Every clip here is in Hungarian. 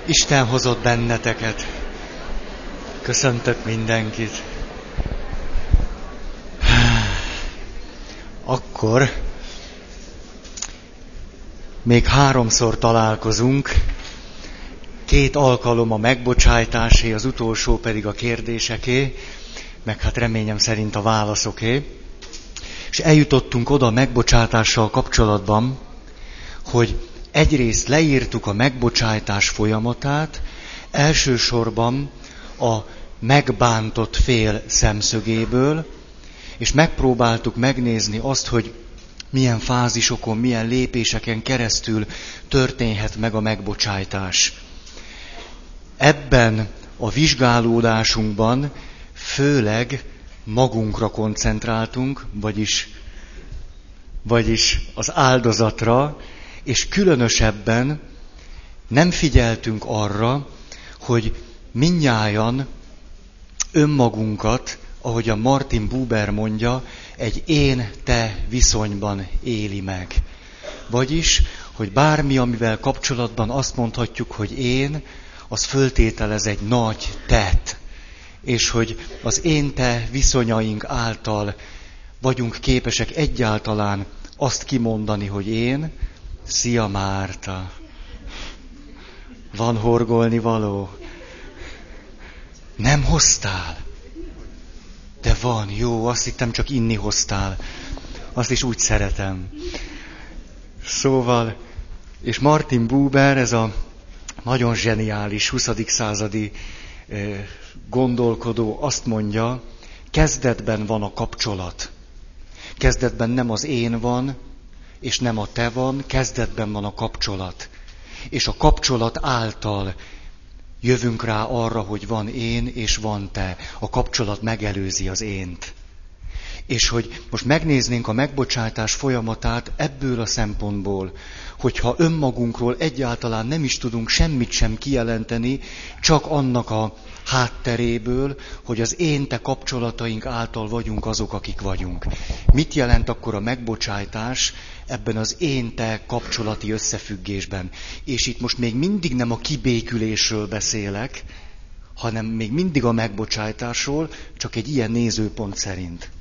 Isten hozott benneteket. Köszöntök mindenkit. Akkor még 3-szor találkozunk. 2 alkalom a megbocsájtásé, az utolsó pedig a kérdéseké, meg hát reményem szerint a válaszoké. És eljutottunk oda a megbocsátással kapcsolatban, hogy egyrészt leírtuk a megbocsájtás folyamatát, elsősorban a megbántott fél szemszögéből, és megpróbáltuk megnézni azt, hogy milyen fázisokon, milyen lépéseken keresztül történhet meg a megbocsájtás. Ebben a vizsgálódásunkban főleg magunkra koncentráltunk, vagyis az áldozatra, és különösebben nem figyeltünk arra, hogy mindnyájan önmagunkat, ahogy a Martin Buber mondja, egy én-te viszonyban éli meg. Vagyis, hogy bármi, amivel kapcsolatban azt mondhatjuk, hogy én, az föltételez egy nagy tett. És hogy az én-te viszonyaink által vagyunk képesek egyáltalán azt kimondani, hogy én. Szia Márta! Van horgolni való? Nem hoztál? De van, jó, azt hittem csak inni hoztál. Azt is úgy szeretem. Szóval, és Martin Buber, ez a nagyon zseniális 20. századi gondolkodó azt mondja, kezdetben van a kapcsolat. Kezdetben nem az én van, és nem a te van, kezdetben van a kapcsolat. És a kapcsolat által jövünk rá arra, hogy van én és van te. A kapcsolat megelőzi az ént. És hogy most megnéznénk a megbocsátás folyamatát ebből a szempontból, hogyha önmagunkról egyáltalán nem is tudunk semmit sem kijelenteni, csak annak a hátteréből, hogy az én-te kapcsolataink által vagyunk azok, akik vagyunk. Mit jelent akkor a megbocsájtás ebben az én-te kapcsolati összefüggésben? És itt most még mindig nem a kibékülésről beszélek, hanem még mindig a megbocsájtásról, csak egy ilyen nézőpont szerint.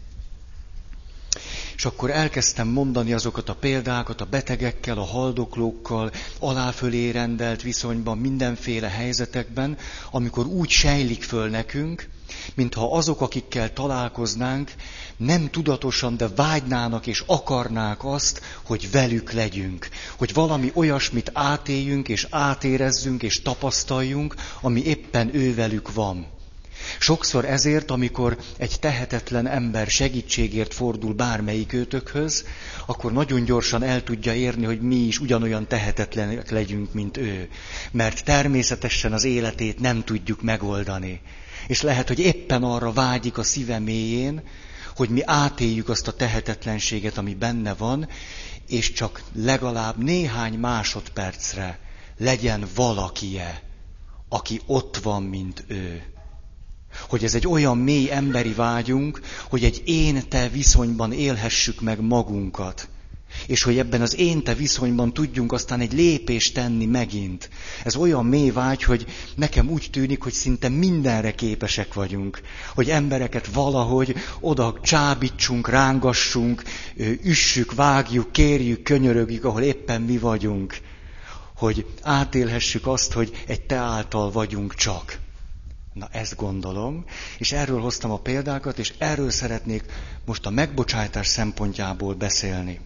És akkor elkezdtem mondani azokat a példákat a betegekkel, a haldoklókkal, aláfölé rendelt viszonyban, mindenféle helyzetekben, amikor úgy sejlik föl nekünk, mintha azok, akikkel találkoznánk, nem tudatosan, de vágynának és akarnák azt, hogy velük legyünk. Hogy valami olyasmit átéljünk és átérezzünk és tapasztaljunk, ami éppen ővelük van. Sokszor ezért, amikor egy tehetetlen ember segítségért fordul bármelyik őtökhöz, akkor nagyon gyorsan el tudja érni, hogy mi is ugyanolyan tehetetlenek legyünk, mint ő. Mert természetesen az életét nem tudjuk megoldani. És lehet, hogy éppen arra vágyik a szíve mélyén, hogy mi átéljük azt a tehetetlenséget, ami benne van, és csak legalább néhány másodpercre legyen valakie, aki ott van, mint ő. Hogy ez egy olyan mély emberi vágyunk, hogy egy én-te viszonyban élhessük meg magunkat. És hogy ebben az én-te viszonyban tudjunk aztán egy lépést tenni megint. Ez olyan mély vágy, hogy nekem úgy tűnik, hogy szinte mindenre képesek vagyunk. Hogy embereket valahogy oda csábítsunk, rángassunk, üssük, vágjuk, kérjük, könyörögjük, ahol éppen mi vagyunk. Hogy átélhessük azt, hogy egy te által vagyunk csak. Na ezt gondolom, és erről hoztam a példákat, és erről szeretnék most a megbocsájtás szempontjából beszélni.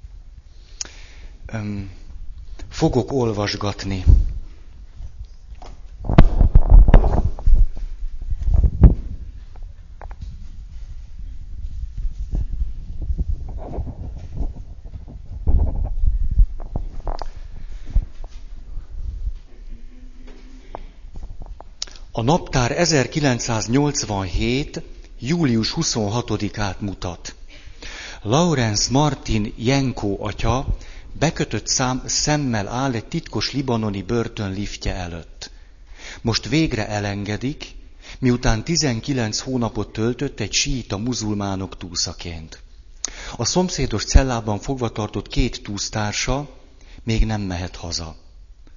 Fogok olvasgatni. A naptár 1987. július 26-át mutat. Lawrence Martin Jenko atya bekötött szemmel áll egy titkos libanoni börtön liftje előtt. Most végre elengedik, miután 19 hónapot töltött egy síita muzulmánok túszaként. A szomszédos cellában fogvatartott 2 túsztársa még nem mehet haza.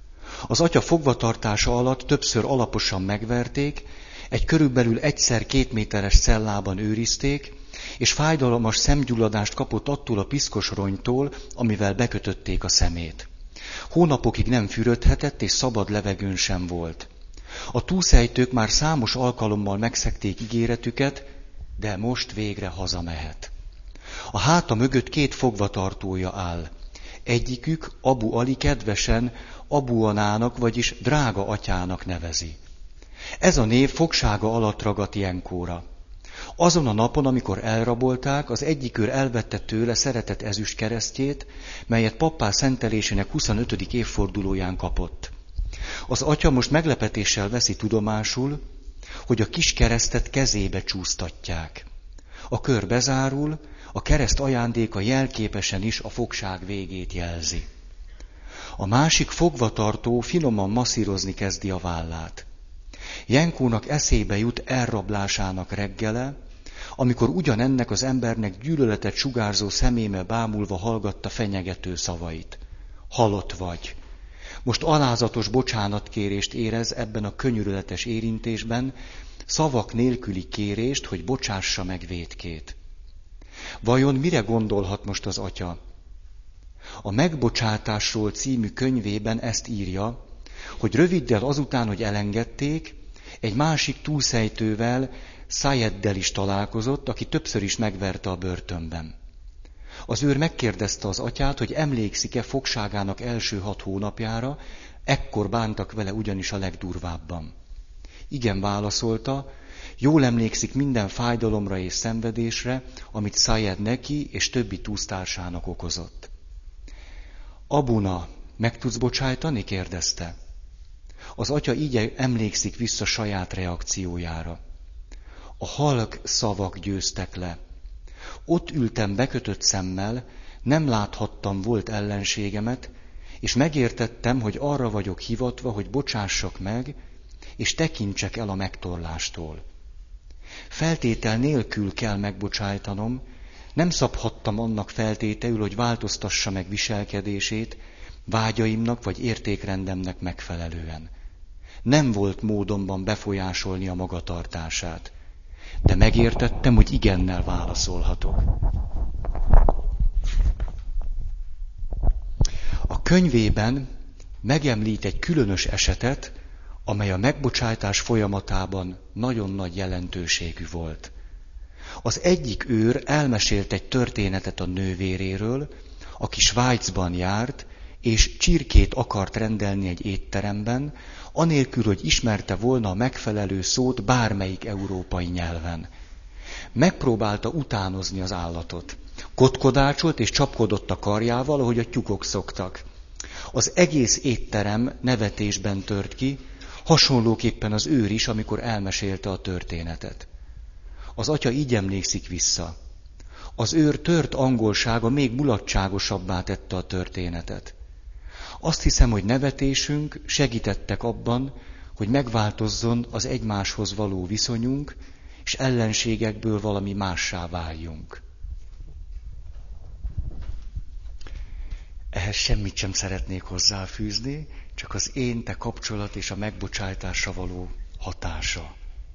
Az atya fogvatartása alatt többször alaposan megverték, egy körülbelül 1x2 méteres cellában őrizték, és fájdalmas szemgyulladást kapott attól a piszkos rongytól, amivel bekötötték a szemét. Hónapokig nem fürödhetett, és szabad levegőn sem volt. A túlszejtők már számos alkalommal megszegték ígéretüket, de most végre hazamehet. A háta mögött 2 fogvatartója áll. Egyikük Abu Ali kedvesen Abu-anának, vagyis drága atyának nevezi. Ez a név fogsága alatt ragadt Jenkóra. Azon a napon, amikor elrabolták, az egyik őr elvette tőle szeretett ezüstkeresztjét, melyet pappá szentelésének 25. évfordulóján kapott. Az atya most meglepetéssel veszi tudomásul, hogy a kis keresztet kezébe csúsztatják. A kör bezárul, a kereszt ajándéka jelképesen is a fogság végét jelzi. A másik fogvatartó finoman masszírozni kezdi a vállát. Jenkónak eszébe jut elrablásának reggele, amikor ugyanennek az embernek gyűlöletet sugárzó szemébe bámulva hallgatta fenyegető szavait. Halott vagy. Most alázatos bocsánatkérést érez ebben a könyörületes érintésben, szavak nélküli kérést, hogy bocsássa meg vétkét. Vajon mire gondolhat most az atya? A Megbocsátásról című könyvében ezt írja, hogy röviddel azután, hogy elengedték, egy másik túlszejtővel, Szájeddel is találkozott, aki többször is megverte a börtönben. Az őr megkérdezte az atyát, hogy emlékszik-e fogságának első 6 hónapjára, ekkor bántak vele ugyanis a legdurvábban. Igen, válaszolta, jól emlékszik minden fájdalomra és szenvedésre, amit Szájed neki és többi túlsztársának okozott. Abuna, meg tudsz bocsájtani? Kérdezte. Az atya így emlékszik vissza saját reakciójára. A halk szavak győztek le. Ott ültem bekötött szemmel, nem láthattam volt ellenségemet, és megértettem, hogy arra vagyok hivatva, hogy bocsássak meg, és tekintsek el a megtorlástól. Feltétel nélkül kell megbocsájtanom, nem szabhattam annak feltételül, hogy változtassa meg viselkedését, vágyaimnak vagy értékrendemnek megfelelően. Nem volt módomban befolyásolni a magatartását, de megértettem, hogy igennel válaszolhatok. A könyvében megemlít egy különös esetet, amely a megbocsátás folyamatában nagyon nagy jelentőségű volt. Az egyik őr elmesélt egy történetet a nővéréről, aki Svájcban járt, és csirkét akart rendelni egy étteremben, anélkül, hogy ismerte volna a megfelelő szót bármelyik európai nyelven. Megpróbálta utánozni az állatot. Kotkodácsolt és csapkodott a karjával, ahogy a tyúkok szoktak. Az egész étterem nevetésben tört ki, hasonlóképpen az őr is, amikor elmesélte a történetet. Az atya így emlékszik vissza. Az őr tört angolsága még mulatságosabbá tette a történetet. Azt hiszem, hogy nevetésünk segítettek abban, hogy megváltozzon az egymáshoz való viszonyunk, és ellenségekből valami mássá váljunk. Ehhez semmit sem szeretnék hozzáfűzni, csak az én-te kapcsolat és a megbocsátásra való hatása.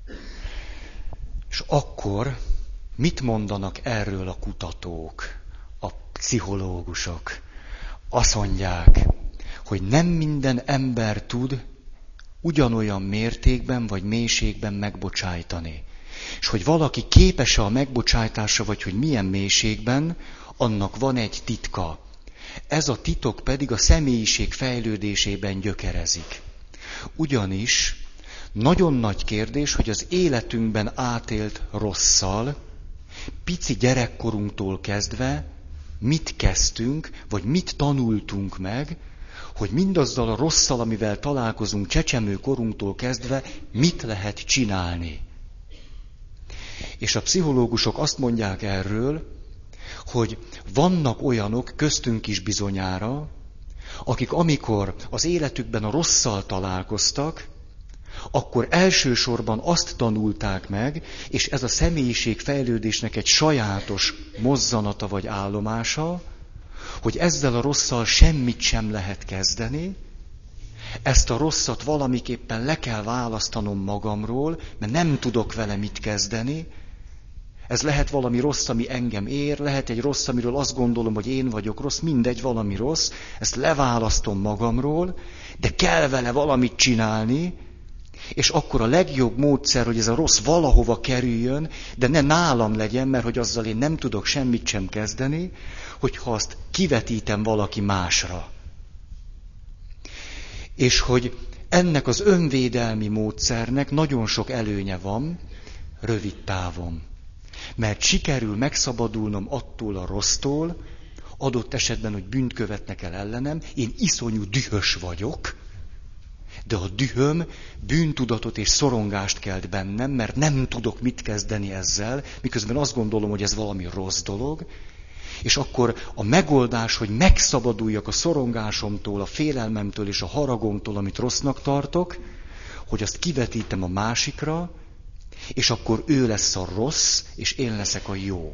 És akkor mit mondanak erről a kutatók, a pszichológusok? Azt mondják, hogy nem minden ember tud ugyanolyan mértékben vagy mélységben megbocsájtani. És hogy valaki képes-e a megbocsájtásra, vagy hogy milyen mélységben, annak van egy titka. Ez a titok pedig a személyiség fejlődésében gyökerezik. Ugyanis nagyon nagy kérdés, hogy az életünkben átélt rosszal, pici gyerekkorunktól kezdve mit kezdtünk, vagy mit tanultunk meg, hogy mindazzal a rosszal, amivel találkozunk csecsemő korunktól kezdve, mit lehet csinálni. És a pszichológusok azt mondják erről, hogy vannak olyanok, köztünk is bizonyára, akik amikor az életükben a rosszal találkoztak, akkor elsősorban azt tanulták meg, és ez a személyiség fejlődésnek egy sajátos mozzanata vagy állomása, hogy ezzel a rosszal semmit sem lehet kezdeni, Ezt a rosszat valamiképpen le kell választanom magamról, mert nem tudok vele mit kezdeni. Ez lehet valami rossz, ami engem ér, lehet egy rossz, amiről azt gondolom, hogy én vagyok rossz, mindegy, valami rossz. Ezt leválasztom magamról, de kell vele valamit csinálni, és akkor a legjobb módszer, hogy ez a rossz valahova kerüljön, de ne nálam legyen, mert hogy azzal én nem tudok semmit sem kezdeni, hogyha azt kivetítem valaki másra. És hogy ennek az önvédelmi módszernek nagyon sok előnye van rövid távon. Mert sikerül megszabadulnom attól a rossztól, adott esetben, hogy bűnt követnek el ellenem, én iszonyú dühös vagyok, de a dühöm bűntudatot és szorongást kelt bennem, mert nem tudok mit kezdeni ezzel, miközben azt gondolom, hogy ez valami rossz dolog, és akkor a megoldás, hogy megszabaduljak a szorongásomtól, a félelmemtől és a haragomtól, amit rossznak tartok, hogy azt kivetítem a másikra, és akkor ő lesz a rossz, és én leszek a jó.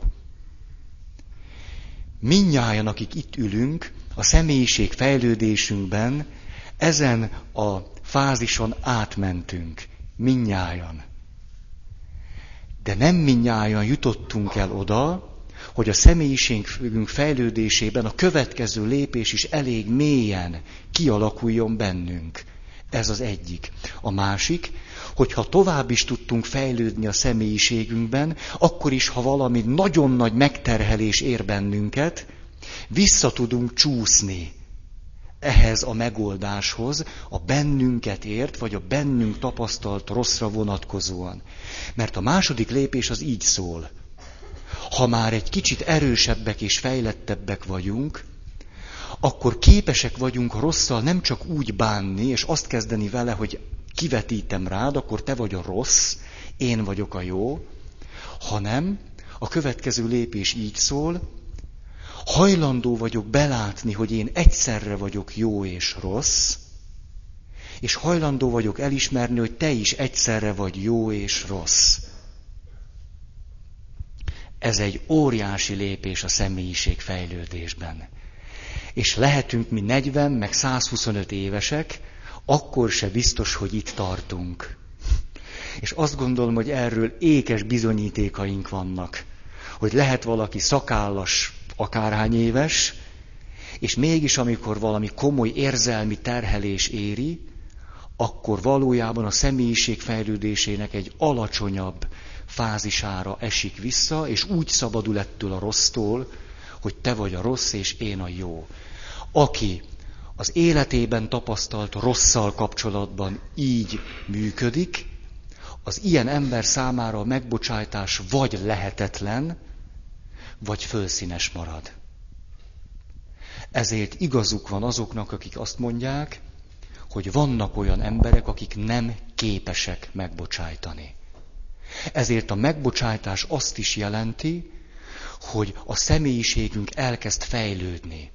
Mindnyájan, akik itt ülünk, a személyiség fejlődésünkben ezen a fázison átmentünk. Mindnyájan. De nem mindnyájan jutottunk el oda, hogy a személyiségünk fejlődésében a következő lépés is elég mélyen kialakuljon bennünk. Ez az egyik. A másik, hogyha tovább is tudtunk fejlődni a személyiségünkben, akkor is, ha valami nagyon nagy megterhelés ér bennünket, vissza tudunk csúszni ehhez a megoldáshoz, a bennünket ért, vagy a bennünk tapasztalt rosszra vonatkozóan. Mert a második lépés az így szól. Ha már egy kicsit erősebbek és fejlettebbek vagyunk, akkor képesek vagyunk a rosszal nem csak úgy bánni, és azt kezdeni vele, hogy kivetítem rád, akkor te vagy a rossz, én vagyok a jó, hanem a következő lépés így szól, hajlandó vagyok belátni, hogy én egyszerre vagyok jó és rossz, és hajlandó vagyok elismerni, hogy te is egyszerre vagy jó és rossz. Ez egy óriási lépés a személyiség fejlődésben. És lehetünk mi 40, meg 125 évesek, akkor se biztos, hogy itt tartunk. És azt gondolom, hogy erről ékes bizonyítékaink vannak, hogy lehet valaki szakállas akárhány éves, és mégis amikor valami komoly érzelmi terhelés éri, akkor valójában a személyiség fejlődésének egy alacsonyabb fázisára esik vissza, és úgy szabadul ettől a rossztól, hogy te vagy a rossz, és én a jó. Aki az életében tapasztalt rosszal kapcsolatban így működik, az ilyen ember számára a megbocsájtás vagy lehetetlen, vagy fölszínes marad. Ezért igazuk van azoknak, akik azt mondják, hogy vannak olyan emberek, akik nem képesek megbocsájtani. Ezért a megbocsájtás azt is jelenti, hogy a személyiségünk elkezd fejlődni.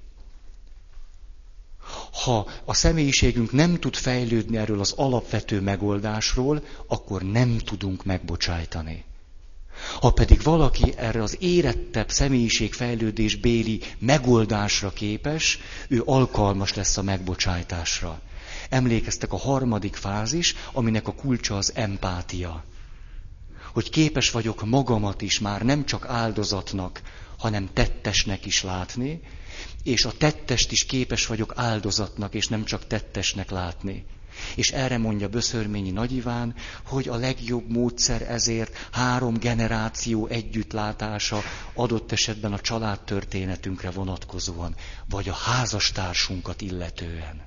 Ha a személyiségünk nem tud fejlődni erről az alapvető megoldásról, akkor nem tudunk megbocsájtani. Ha pedig valaki erre az érettebb személyiségfejlődésbéli megoldásra képes, ő alkalmas lesz a megbocsájtásra. Emlékeztek, a harmadik fázis, aminek a kulcsa az empátia. Hogy képes vagyok magamat is már nem csak áldozatnak, hanem tettesnek is látni, és a tettest is képes vagyok áldozatnak, és nem csak tettesnek látni. És erre mondja Böszörményi Nagy Iván, hogy a legjobb módszer ezért 3 generáció együttlátása, adott esetben a családtörténetünkre vonatkozóan, vagy a házastársunkat illetően.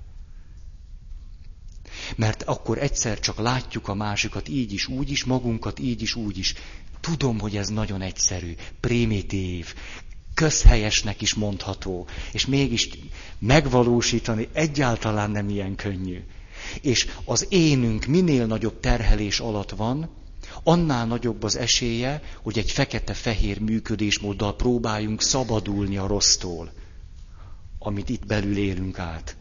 Mert akkor egyszer csak látjuk a másikat így is, úgy is, magunkat így is, úgy is. Tudom, hogy ez nagyon egyszerű, primitív, közhelyesnek is mondható, és mégis megvalósítani egyáltalán nem ilyen könnyű. És az énünk minél nagyobb terhelés alatt van, annál nagyobb az esélye, hogy egy fekete-fehér működésmóddal próbáljunk szabadulni a rossztól, amit itt belül élünk át.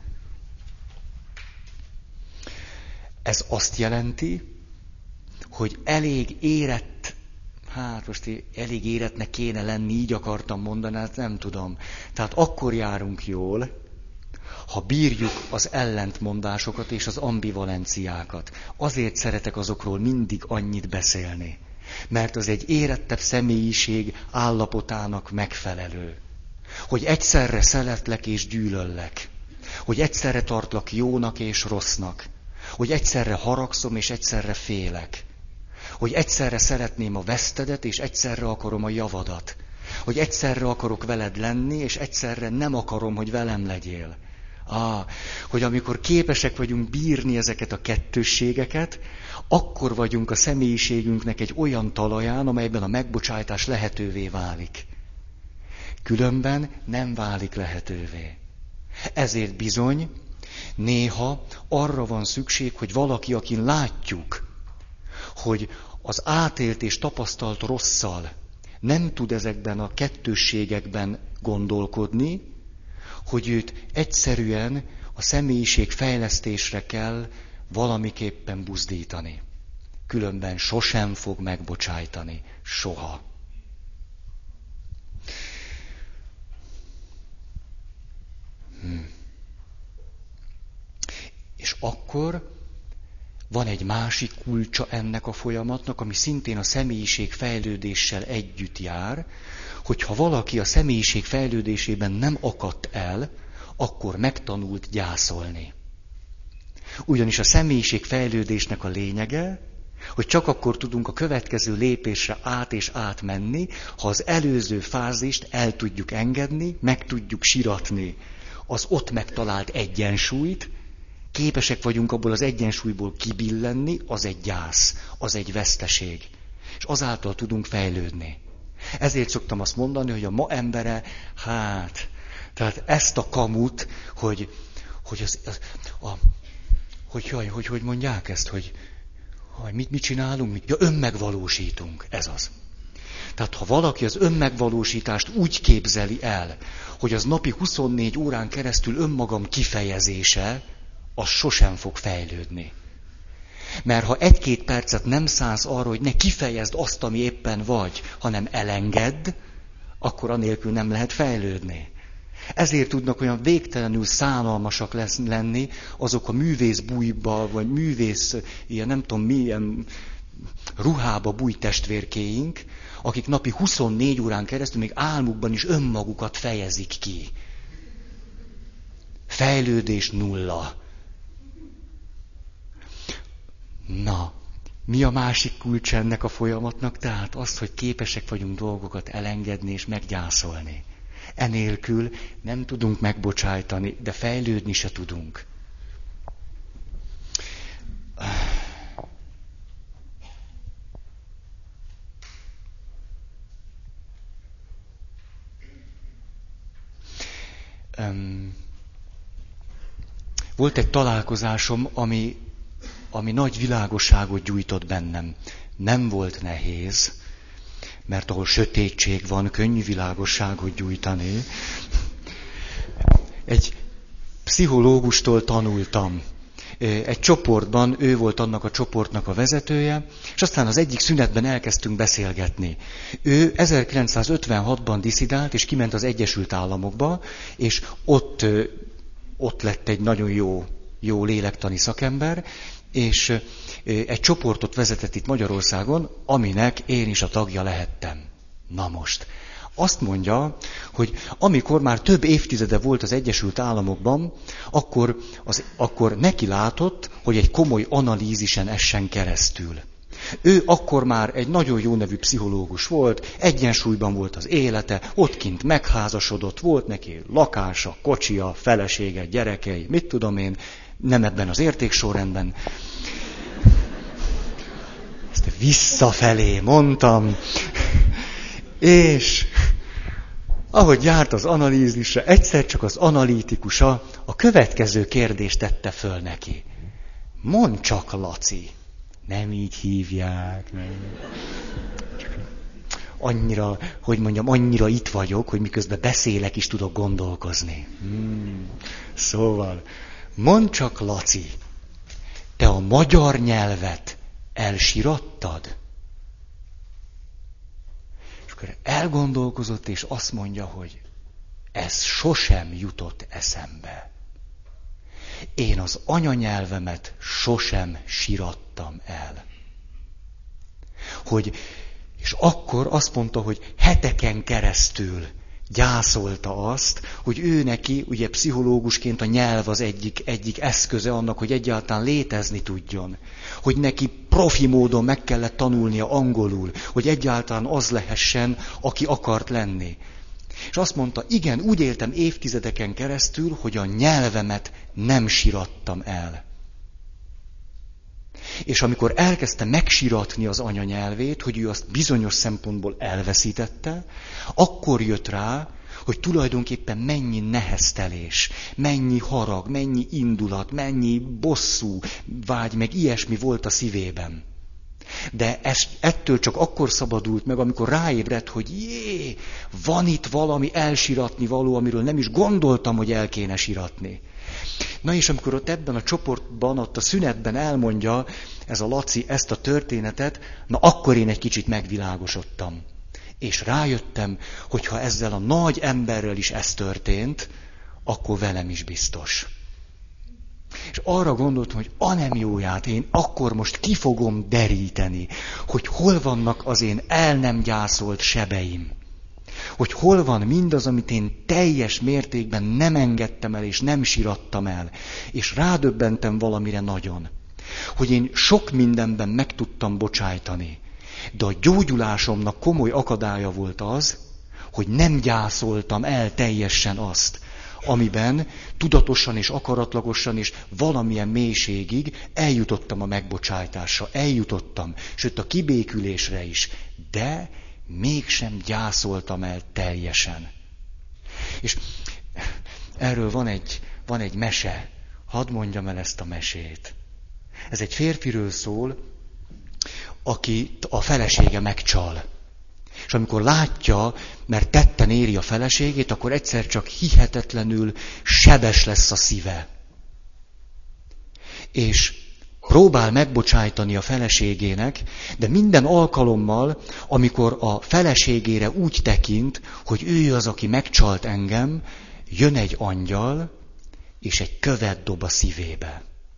Ez azt jelenti, hogy elég érett, elég érettnek kéne lenni, így akartam mondani, hát nem tudom. Tehát akkor járunk jól, ha bírjuk az ellentmondásokat és az ambivalenciákat. Azért szeretek azokról mindig annyit beszélni. Mert az egy érettebb személyiség állapotának megfelelő. Hogy egyszerre szeretlek és gyűlöllek. Hogy egyszerre tartlak jónak és rossznak. Hogy egyszerre haragszom és egyszerre félek. Hogy egyszerre szeretném a vesztedet és egyszerre akarom a javadat. Hogy egyszerre akarok veled lenni és egyszerre nem akarom, hogy velem legyél. Hogy amikor képesek vagyunk bírni ezeket a kettősségeket, akkor vagyunk a személyiségünknek egy olyan talaján, amelyben a megbocsájtás lehetővé válik. Különben nem válik lehetővé. Ezért bizony, néha arra van szükség, hogy valaki, akin látjuk, hogy az átélt és tapasztalt rosszal nem tud ezekben a kettősségekben gondolkodni, hogy őt egyszerűen a személyiség fejlesztésre kell valamiképpen buzdítani. Különben sosem fog megbocsájtani. Soha. És akkor van egy másik kulcsa ennek a folyamatnak, ami szintén a személyiség fejlődéssel együtt jár, hogyha valaki a személyiség fejlődésében nem akadt el, akkor megtanult gyászolni. Ugyanis a személyiség fejlődésnek a lényege, hogy csak akkor tudunk a következő lépésre át és átmenni, ha az előző fázist el tudjuk engedni, meg tudjuk siratni az ott megtalált egyensúlyt, képesek vagyunk abból az egyensúlyból kibillenni, az egy gyász, az egy veszteség. És azáltal tudunk fejlődni. Ezért szoktam azt mondani, hogy a ma embere, tehát ezt a kamut, hogy mondják ezt, hogy mit csinálunk? Önmegvalósítunk, ez az. Tehát ha valaki az önmegvalósítást úgy képzeli el, hogy az napi 24 órán keresztül önmagam kifejezése, az sosem fog fejlődni. Mert ha 1-2 percet nem szánsz arra, hogy ne kifejezd azt, ami éppen vagy, hanem elengedd, akkor anélkül nem lehet fejlődni. Ezért tudnak olyan végtelenül szánalmasak lenni azok a művészbújba, vagy művész, ilyen nem tudom milyen ruhába búj testvérkéink, akik napi 24 órán keresztül még álmukban is önmagukat fejezik ki. Fejlődés 0. Na, mi a másik kulcs ennek a folyamatnak? Tehát az, hogy képesek vagyunk dolgokat elengedni és meggyászolni. Enélkül nem tudunk megbocsájtani, de fejlődni se tudunk. Volt egy találkozásom, ami nagy világosságot gyújtott bennem. Nem volt nehéz, mert ahol sötétség van, könnyű világosságot gyújtani. Egy pszichológustól tanultam. Egy csoportban, ő volt annak a csoportnak a vezetője, és aztán az egyik szünetben elkezdtünk beszélgetni. Ő 1956-ban disszidált, és kiment az Egyesült Államokba, és ott lett egy nagyon jó lélektani szakember, és egy csoportot vezetett itt Magyarországon, aminek én is a tagja lehettem. Na most, azt mondja, hogy amikor már több évtizede volt az Egyesült Államokban, akkor neki látott, hogy egy komoly analízisen essen keresztül. Ő akkor már egy nagyon jó nevű pszichológus volt, egyensúlyban volt az élete, ott kint megházasodott, volt neki lakása, kocsia, felesége, gyerekei, mit tudom én, nem ebben az értéksorrendben. Ezt visszafelé mondtam, és ahogy járt az analízisre, egyszer csak az analitikusa a következő kérdést tette föl neki. Mondd csak, Laci, nem így hívják. Nem. Annyira, annyira itt vagyok, hogy miközben beszélek is tudok gondolkozni. Szóval, mondd csak, Laci, te a magyar nyelvet elsirottad? És akkor elgondolkozott, és azt mondja, hogy ez sosem jutott eszembe. Én az anyanyelvemet sosem sirattam el. És akkor azt mondta, hogy heteken keresztül gyászolta azt, hogy ő neki, ugye pszichológusként a nyelv az egyik eszköze annak, hogy egyáltalán létezni tudjon. Hogy neki profi módon meg kellett tanulnia angolul, hogy egyáltalán az lehessen, aki akart lenni. És azt mondta, igen, úgy éltem évtizedeken keresztül, hogy a nyelvemet nem sirattam el. És amikor elkezdte megsiratni az anyanyelvét, hogy ő azt bizonyos szempontból elveszítette, akkor jött rá, hogy tulajdonképpen mennyi neheztelés, mennyi harag, mennyi indulat, mennyi bosszú vágy, meg ilyesmi volt a szívében. De ettől csak akkor szabadult meg, amikor ráébredt, hogy van itt valami elsiratni való, amiről nem is gondoltam, hogy el kéne siratni. Na és amikor ott ebben a csoportban, ott a szünetben elmondja ez a Laci ezt a történetet, na akkor én egy kicsit megvilágosodtam. És rájöttem, hogy ha ezzel a nagy emberrel is ez történt, akkor velem is biztos. És arra gondoltam, hogy nem jóját, én akkor most ki fogom deríteni, hogy hol vannak az én el nem gyászolt sebeim. Hogy hol van mindaz, amit én teljes mértékben nem engedtem el, és nem sirattam el. És rádöbbentem valamire nagyon. Hogy én sok mindenben meg tudtam bocsájtani. De a gyógyulásomnak komoly akadálya volt az, hogy nem gyászoltam el teljesen azt, amiben tudatosan és akaratlagosan és valamilyen mélységig eljutottam a megbocsájtásra, eljutottam, sőt a kibékülésre is, de mégsem gyászoltam el teljesen. És erről van egy mese, hadd mondjam el ezt a mesét. Ez egy férfiről szól, aki a felesége megcsal. És amikor látja, mert tetten éri a feleségét, akkor egyszer csak hihetetlenül sebes lesz a szíve. És próbál megbocsájtani a feleségének, de minden alkalommal, amikor a feleségére úgy tekint, hogy ő az, aki megcsalt engem, jön egy angyal, és egy követ dob a szívébe.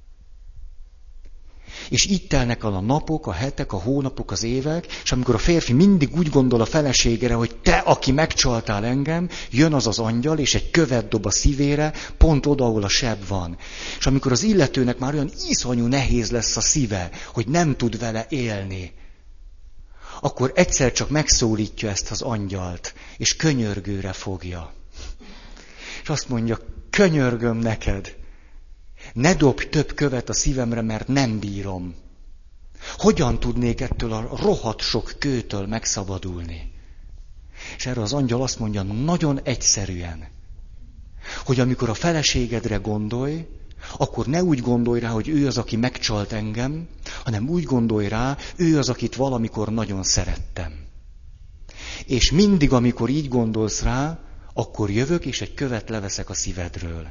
És így telnek el a napok, a hetek, a hónapok, az évek, és amikor a férfi mindig úgy gondol a feleségére, hogy te, aki megcsaltál engem, jön az az angyal, és egy követ dob a szívére, pont oda, ahol a seb van. És amikor az illetőnek már olyan iszonyú nehéz lesz a szíve, hogy nem tud vele élni, akkor egyszer csak megszólítja ezt az angyalt, és könyörgőre fogja. És azt mondja, könyörgöm neked, ne dobj több követ a szívemre, mert nem bírom. Hogyan tudnék ettől a rohadt sok kőtől megszabadulni? És erre az angyal azt mondja, nagyon egyszerűen, hogy amikor a feleségedre gondolj, akkor ne úgy gondolj rá, hogy ő az, aki megcsalt engem, hanem úgy gondolj rá, ő az, akit valamikor nagyon szerettem. És mindig, amikor így gondolsz rá, akkor jövök, és egy követ leveszek a szívedről.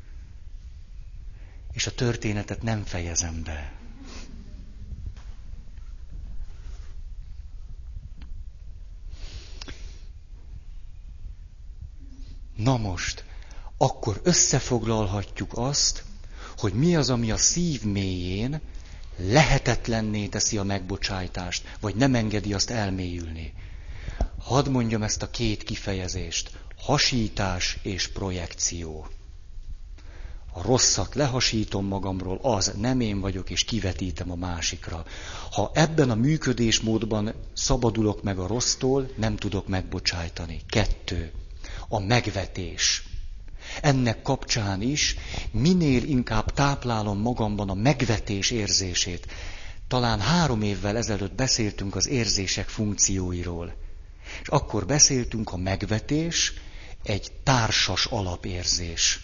És a történetet nem fejezem be. Na most, akkor összefoglalhatjuk azt, hogy mi az, ami a szív mélyén lehetetlenné teszi a megbocsájtást, vagy nem engedi azt elmélyülni. Hadd mondjam ezt a két kifejezést. Hasítás és projekció. A rosszat lehasítom magamról, az nem én vagyok, és kivetítem a másikra. Ha ebben a működésmódban szabadulok meg a rossztól, nem tudok megbocsájtani. 2. A megvetés. Ennek kapcsán is minél inkább táplálom magamban a megvetés érzését. Talán 3 évvel ezelőtt beszéltünk az érzések funkcióiról. És akkor beszéltünk, a megvetés egy társas alapérzés.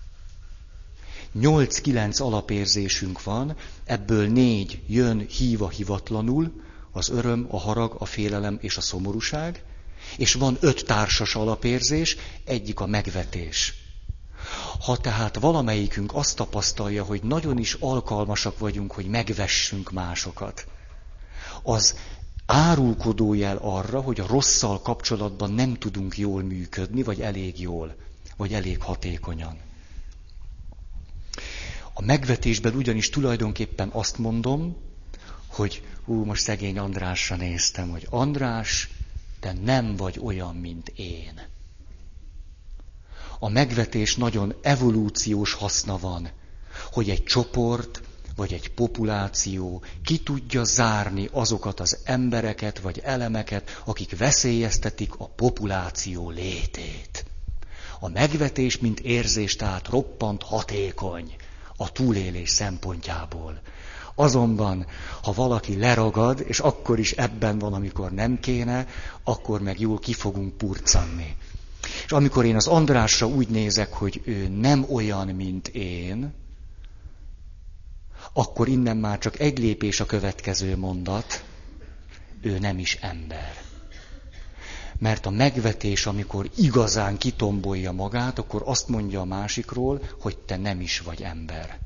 8-9 alapérzésünk van, ebből 4 jön hívva hivatlanul, az öröm, a harag, a félelem és a szomorúság, és van 5 társas alapérzés, egyik a megvetés. Ha tehát valamelyikünk azt tapasztalja, hogy nagyon is alkalmasak vagyunk, hogy megvessünk másokat, az árulkodó jel arra, hogy a rosszal kapcsolatban nem tudunk jól működni, vagy elég jól, vagy elég hatékonyan. A megvetésben ugyanis tulajdonképpen azt mondom, hogy most szegény Andrásra néztem, hogy András, te nem vagy olyan, mint én. A megvetés nagyon evolúciós haszna van, hogy egy csoport vagy egy populáció ki tudja zárni azokat az embereket vagy elemeket, akik veszélyeztetik a populáció létét. A megvetés, mint érzés, tehát roppant hatékony a túlélés szempontjából. Azonban, ha valaki leragad, és akkor is ebben van, amikor nem kéne, akkor meg jól ki fogunk purcanni. És amikor én az Andrásra úgy nézek, hogy ő nem olyan, mint én, akkor innen már csak egy lépés a következő mondat, ő nem is ember. Mert a megvetés, amikor igazán kitombolja magát, akkor azt mondja a másikról, hogy te nem is vagy ember.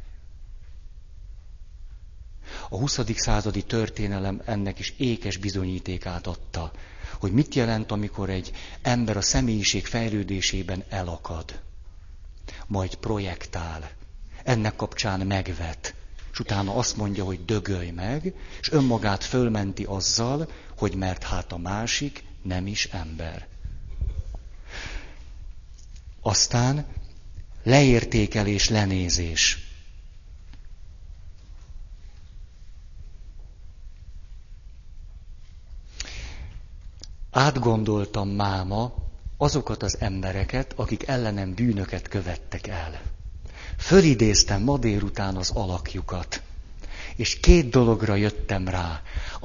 A 20. századi történelem ennek is ékes bizonyítékát adta, hogy mit jelent, amikor egy ember a személyiség fejlődésében elakad, majd projektál, ennek kapcsán megvet, és utána azt mondja, hogy dögölj meg, és önmagát fölmenti azzal, hogy mert hát a másik nem is ember. Aztán leértékelés, lenézés. Átgondoltam máma azokat az embereket, akik ellenem bűnöket követtek el. Fölidéztem ma délután az alakjukat, és 2 dologra jöttem rá,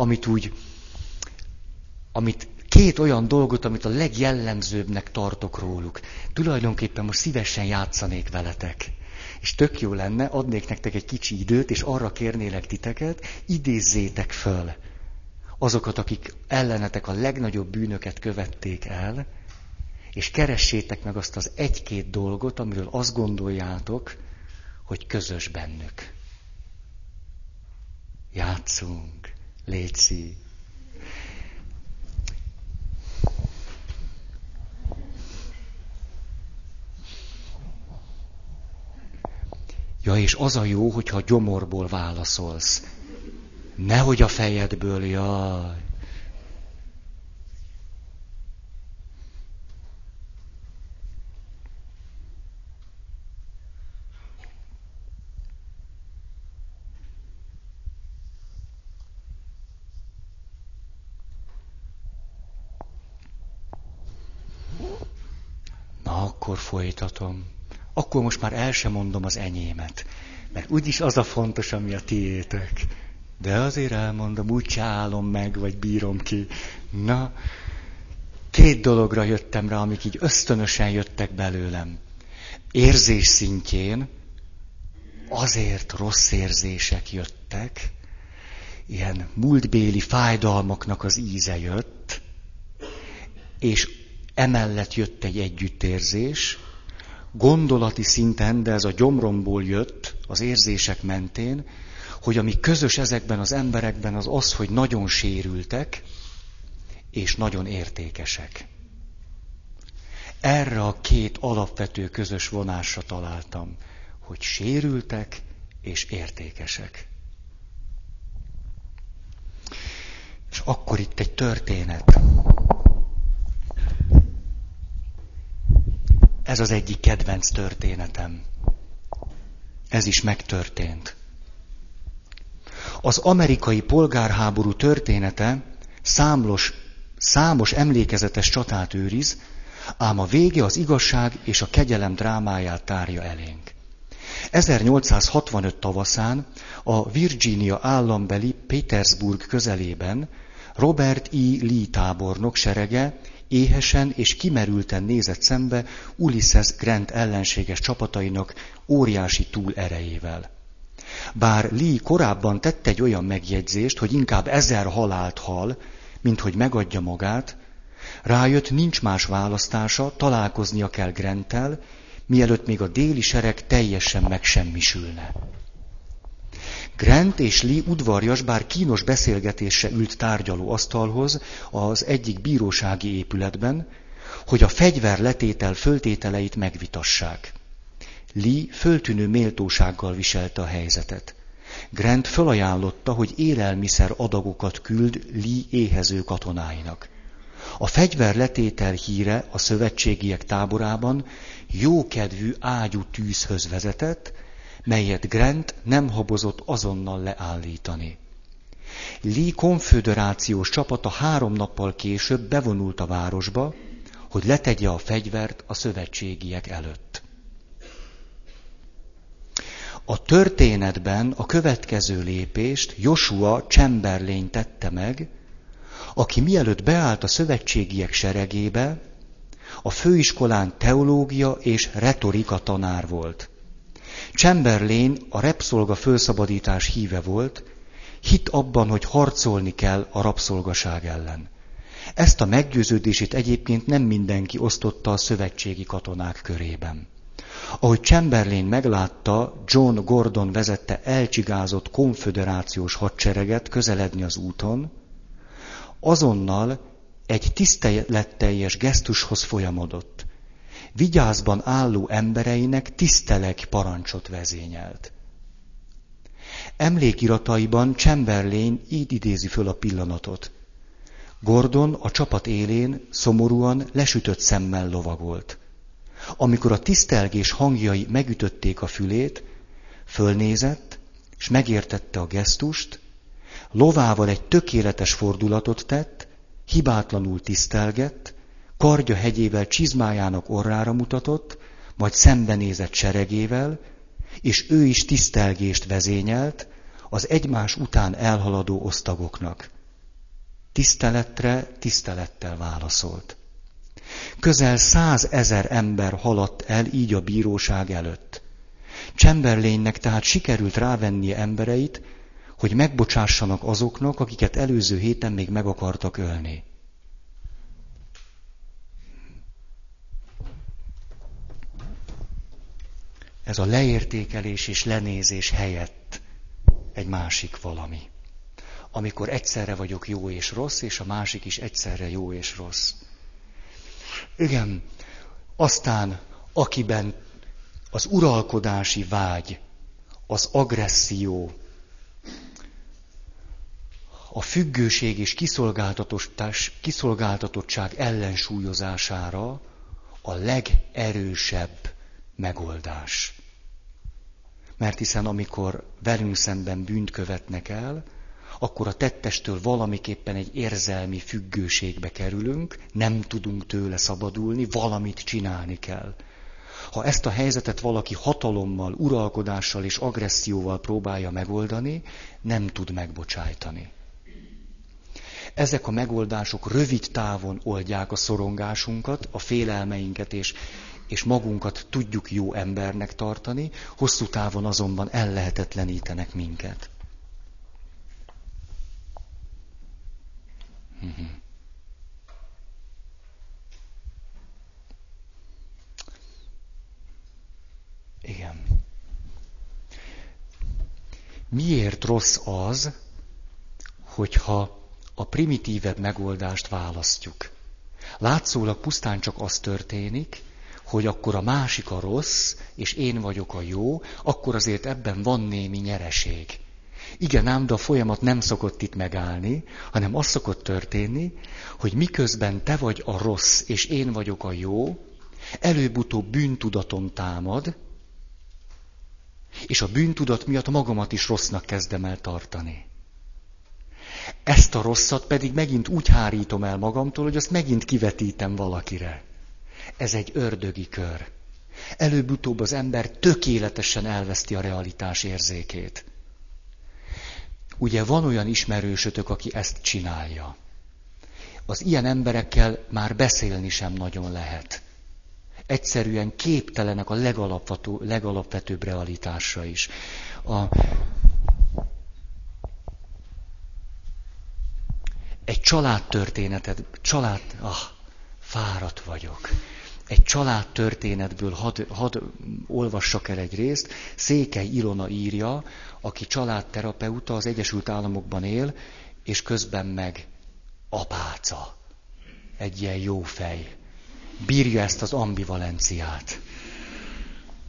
amit 2 olyan dolgot, amit a legjellemzőbbnek tartok róluk. Tulajdonképpen most szívesen játszanék veletek. És tök jó lenne, adnék nektek egy kicsi időt, és arra kérnélek titeket, idézzétek föl azokat, akik ellenetek a legnagyobb bűnöket követték el, és keressétek meg azt az 1-2 dolgot, amiről azt gondoljátok, hogy közös bennük. Játszunk, létszi. Ja, és az a jó, hogyha gyomorból válaszolsz. Nehogy a fejedből, jaj. Na, akkor folytatom. Akkor most már el sem mondom az enyémet. Mert úgyis az a fontos, ami a tiétek. De azért elmondom, úgy állom meg, vagy bírom ki. Na, 2 dologra jöttem rá, amik így ösztönösen jöttek belőlem. Érzés szintjén azért rossz érzések jöttek, ilyen múltbéli fájdalmaknak az íze jött, és emellett jött egy együttérzés, gondolati szinten, de ez a gyomromból jött, az érzések mentén, hogy ami közös ezekben az emberekben az az, hogy nagyon sérültek, és nagyon értékesek. Erre a 2 alapvető közös vonásra találtam, hogy sérültek és értékesek. És akkor itt egy történet. Ez az egyik kedvenc történetem. Ez is megtörtént. Az amerikai polgárháború története számos emlékezetes csatát őriz, ám a vége az igazság és a kegyelem drámáját tárja elénk. 1865 tavaszán a Virginia állambeli Petersburg közelében Robert E. Lee tábornok serege éhesen és kimerülten nézett szembe Ulysses Grant ellenséges csapatainak óriási túlerejével. Bár Lee korábban tett egy olyan megjegyzést, hogy inkább 1000 halált hal, mint hogy megadja magát, rájött, nincs más választása, találkoznia kell Granttel, mielőtt még a déli sereg teljesen megsemmisülne. Grant és Lee udvarjas, bár kínos beszélgetésre ült tárgyalóasztalhoz az egyik bírósági épületben, hogy a fegyverletétel föltételeit megvitassák. Lee föltűnő méltósággal viselte a helyzetet. Grant fölajánlotta, hogy élelmiszer adagokat küld Lee éhező katonáinak. A fegyverletétel híre a szövetségiek táborában jókedvű ágyú tűzhöz vezetett, melyet Grant nem habozott azonnal leállítani. Lee konföderációs csapata 3 nappal később bevonult a városba, hogy letegye a fegyvert a szövetségiek előtt. A történetben a következő lépést Joshua Chamberlain tette meg, aki mielőtt beállt a szövetségiek seregébe, a főiskolán teológia és retorika tanár volt. Chamberlain a rabszolga fölszabadítás híve volt, hitt abban, hogy harcolni kell a rabszolgaság ellen. Ezt a meggyőződését egyébként nem mindenki osztotta a szövetségi katonák körében. Ahogy Chamberlain meglátta John Gordon vezette elcsigázott konföderációs hadsereget közeledni az úton, azonnal egy tiszteletteljes gesztushoz folyamodott. Vigyázban álló embereinek tiszteleg parancsot vezényelt. Emlékirataiban Chamberlain így idézi föl a pillanatot. Gordon a csapat élén szomorúan lesütött szemmel lovagolt. Amikor a tisztelgés hangjai megütötték a fülét, fölnézett, és megértette a gesztust, lovával egy tökéletes fordulatot tett, hibátlanul tisztelgett, kardja hegyével csizmájának orrára mutatott, majd szembenézett seregével, és ő is tisztelgést vezényelt az egymás után elhaladó osztagoknak. Tiszteletre tisztelettel válaszolt. Közel 100 000 ember haladt el így a bíróság előtt. Chamberlainnek tehát sikerült rávennie embereit, hogy megbocsássanak azoknak, akiket előző héten még meg akartak ölni. Ez a leértékelés és lenézés helyett egy másik valami. Amikor egyszerre vagyok jó és rossz, és a másik is egyszerre jó és rossz. Igen, aztán akiben az uralkodási vágy, az agresszió, a függőség és kiszolgáltatottság ellensúlyozására a legerősebb megoldás. Mert hiszen amikor velünk szemben bűnt követnek el, akkor a tettestől valamiképpen egy érzelmi függőségbe kerülünk, nem tudunk tőle szabadulni, valamit csinálni kell. Ha ezt a helyzetet valaki hatalommal, uralkodással és agresszióval próbálja megoldani, nem tud megbocsájtani. Ezek a megoldások rövid távon oldják a szorongásunkat, a félelmeinket és magunkat tudjuk jó embernek tartani, hosszú távon azonban ellehetetlenítenek minket. Igen. Miért rossz az, hogyha a primitívebb megoldást választjuk? Látszólag pusztán csak az történik, hogy akkor a másik a rossz, és én vagyok a jó, akkor azért ebben van némi nyereség. Igen ám, de a folyamat nem szokott itt megállni, hanem az szokott történni, hogy miközben te vagy a rossz, és én vagyok a jó, előbb-utóbb bűntudaton támad, és a bűntudat miatt magamat is rossznak kezdem el tartani. Ezt a rosszat pedig megint úgy hárítom el magamtól, hogy azt megint kivetítem valakire. Ez egy ördögi kör. Előbb-utóbb az ember tökéletesen elveszti a realitás érzékét. Ugye van olyan ismerősötök, aki ezt csinálja. Az ilyen emberekkel már beszélni sem nagyon lehet. Egyszerűen képtelenek a legalapvetőbb realitásra is. Egy családtörténetet, fáradt vagyok. Egy családtörténetből hadd olvassak el egy részt. Székely Ilona írja, aki családterapeuta, az Egyesült Államokban él, és közben meg apáca. Egy ilyen jó fej. Bírja ezt az ambivalenciát.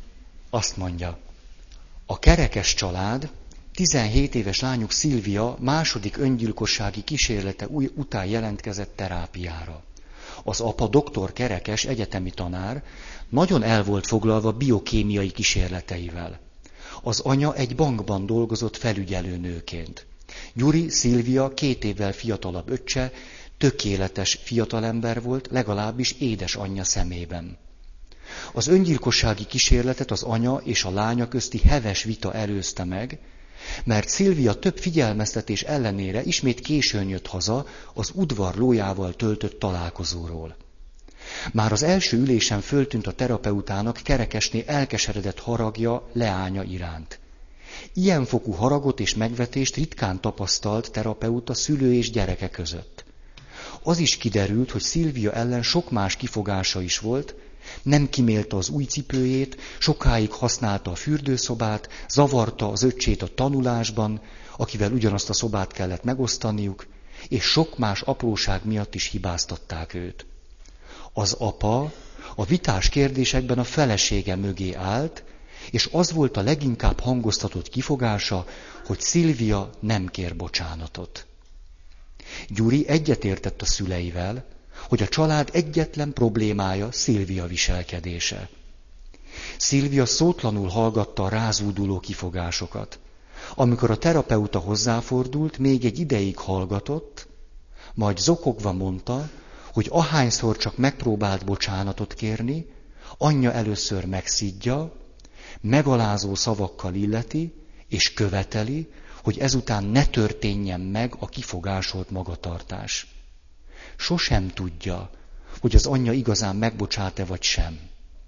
Azt mondja, a Kerekes család 17 éves lányuk Szilvia második öngyilkossági kísérlete után jelentkezett terápiára. Az apa, dr. Kerekes, egyetemi tanár, nagyon el volt foglalva biokémiai kísérleteivel. Az anya egy bankban dolgozott felügyelőnőként. Gyuri, Szilvia 2 évvel fiatalabb öccse, tökéletes fiatalember volt, legalábbis édesanyja szemében. Az öngyilkossági kísérletet az anya és a lánya közti heves vita előzte meg, mert Szilvia több figyelmeztetés ellenére ismét későn jött haza az udvarlójával töltött találkozóról. Már az első ülésen föltűnt a terapeutának Kerekesné elkeseredett haragja leánya iránt. Ilyenfokú haragot és megvetést ritkán tapasztalt terapeuta szülő és gyereke között. Az is kiderült, hogy Szilvia ellen sok más kifogása is volt, nem kimélte az új cipőjét, sokáig használta a fürdőszobát, zavarta az öccsét a tanulásban, akivel ugyanazt a szobát kellett megosztaniuk, és sok más apróság miatt is hibáztatták őt. Az apa a vitás kérdésekben a felesége mögé állt, és az volt a leginkább hangoztatott kifogása, hogy Szilvia nem kér bocsánatot. Gyuri egyetértett a szüleivel, hogy a család egyetlen problémája Szilvia viselkedése. Szilvia szótlanul hallgatta a rázúduló kifogásokat. Amikor a terapeuta hozzáfordult, még egy ideig hallgatott, majd zokogva mondta, hogy ahányszor csak megpróbált bocsánatot kérni, anyja először megszidja, megalázó szavakkal illeti, és követeli, hogy ezután ne történjen meg a kifogásolt magatartás. Sosem tudja, hogy az anyja igazán megbocsát-e vagy sem.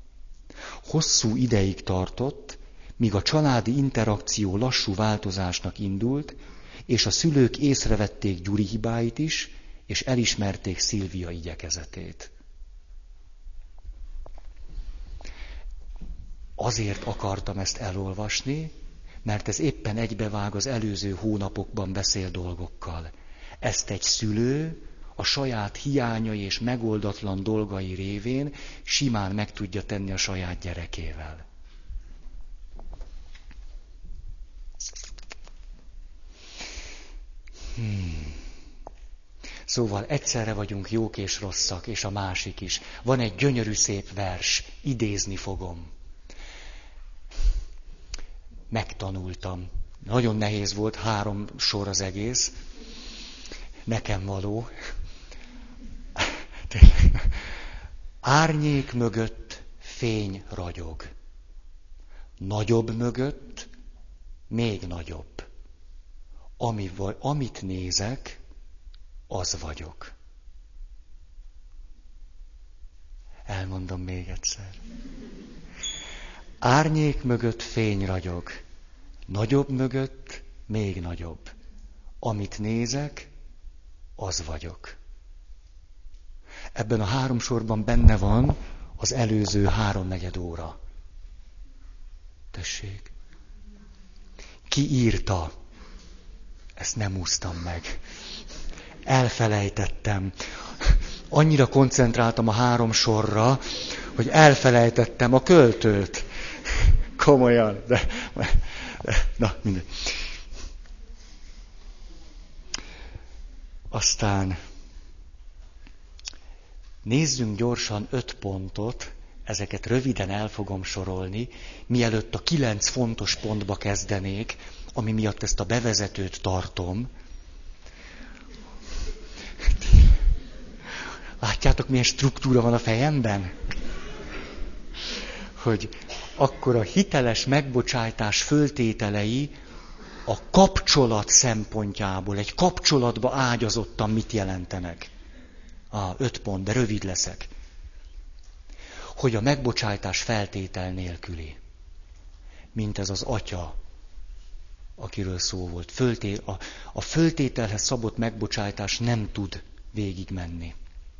Hosszú ideig tartott, míg a családi interakció lassú változásnak indult, és a szülők észrevették Gyuri hibáit is, és elismerték Szilvia igyekezetét. Azért akartam ezt elolvasni, mert ez éppen egybevág az előző hónapokban beszélt dolgokkal. Ezt egy szülő a saját hiányai és megoldatlan dolgai révén simán meg tudja tenni a saját gyerekével. Szóval egyszerre vagyunk jók és rosszak, és a másik is. Van egy gyönyörű szép vers, idézni fogom. Megtanultam. Nagyon nehéz volt, 3 sor az egész. Nekem való. Árnyék mögött fény ragyog. Nagyobb mögött még nagyobb. Amit nézek, az vagyok. Elmondom még egyszer. Árnyék mögött fény ragyog. Nagyobb mögött még nagyobb. Amit nézek, az vagyok. Ebben a 3 sorban benne van az előző 3/4 óra. Tessék. Ki írta? Ezt nem úsztam meg. Elfelejtettem. Annyira koncentráltam a 3 sorra, hogy elfelejtettem a költőt. Komolyan. Na, mindegy. Aztán nézzünk gyorsan 5 pontot, ezeket röviden el fogom sorolni, mielőtt a 9 fontos pontba kezdenék, ami miatt ezt a bevezetőt tartom. Látjátok, milyen struktúra van a fejemben? Hogy akkor a hiteles megbocsájtás föltételei a kapcsolat szempontjából, egy kapcsolatba ágyazottan mit jelentenek. 5 pont, de rövid leszek. Hogy a megbocsájtás feltétel nélküli. Mint ez az atya, akiről szó volt. A föltételhez szabott megbocsájtás nem tud végigmenni.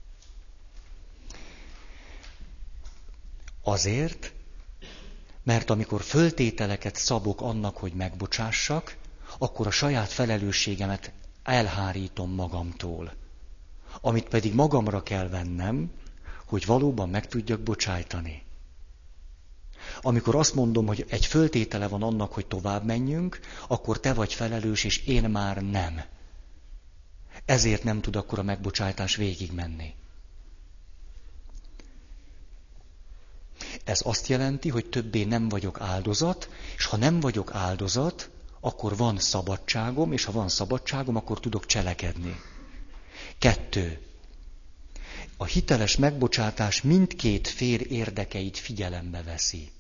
Azért, mert amikor föltételeket szabok annak, hogy megbocsássak, akkor a saját felelősségemet elhárítom magamtól. Amit pedig magamra kell vennem, hogy valóban meg tudjak bocsájtani. Amikor azt mondom, hogy egy föltétele van annak, hogy tovább menjünk, akkor te vagy felelős, és én már nem. Ezért nem tud akkor a megbocsátás végigmenni. Ez azt jelenti, hogy többé nem vagyok áldozat, és ha nem vagyok áldozat, akkor van szabadságom, és ha van szabadságom, akkor tudok cselekedni. 2. A hiteles megbocsátás mindkét fél érdekeit figyelembe veszi.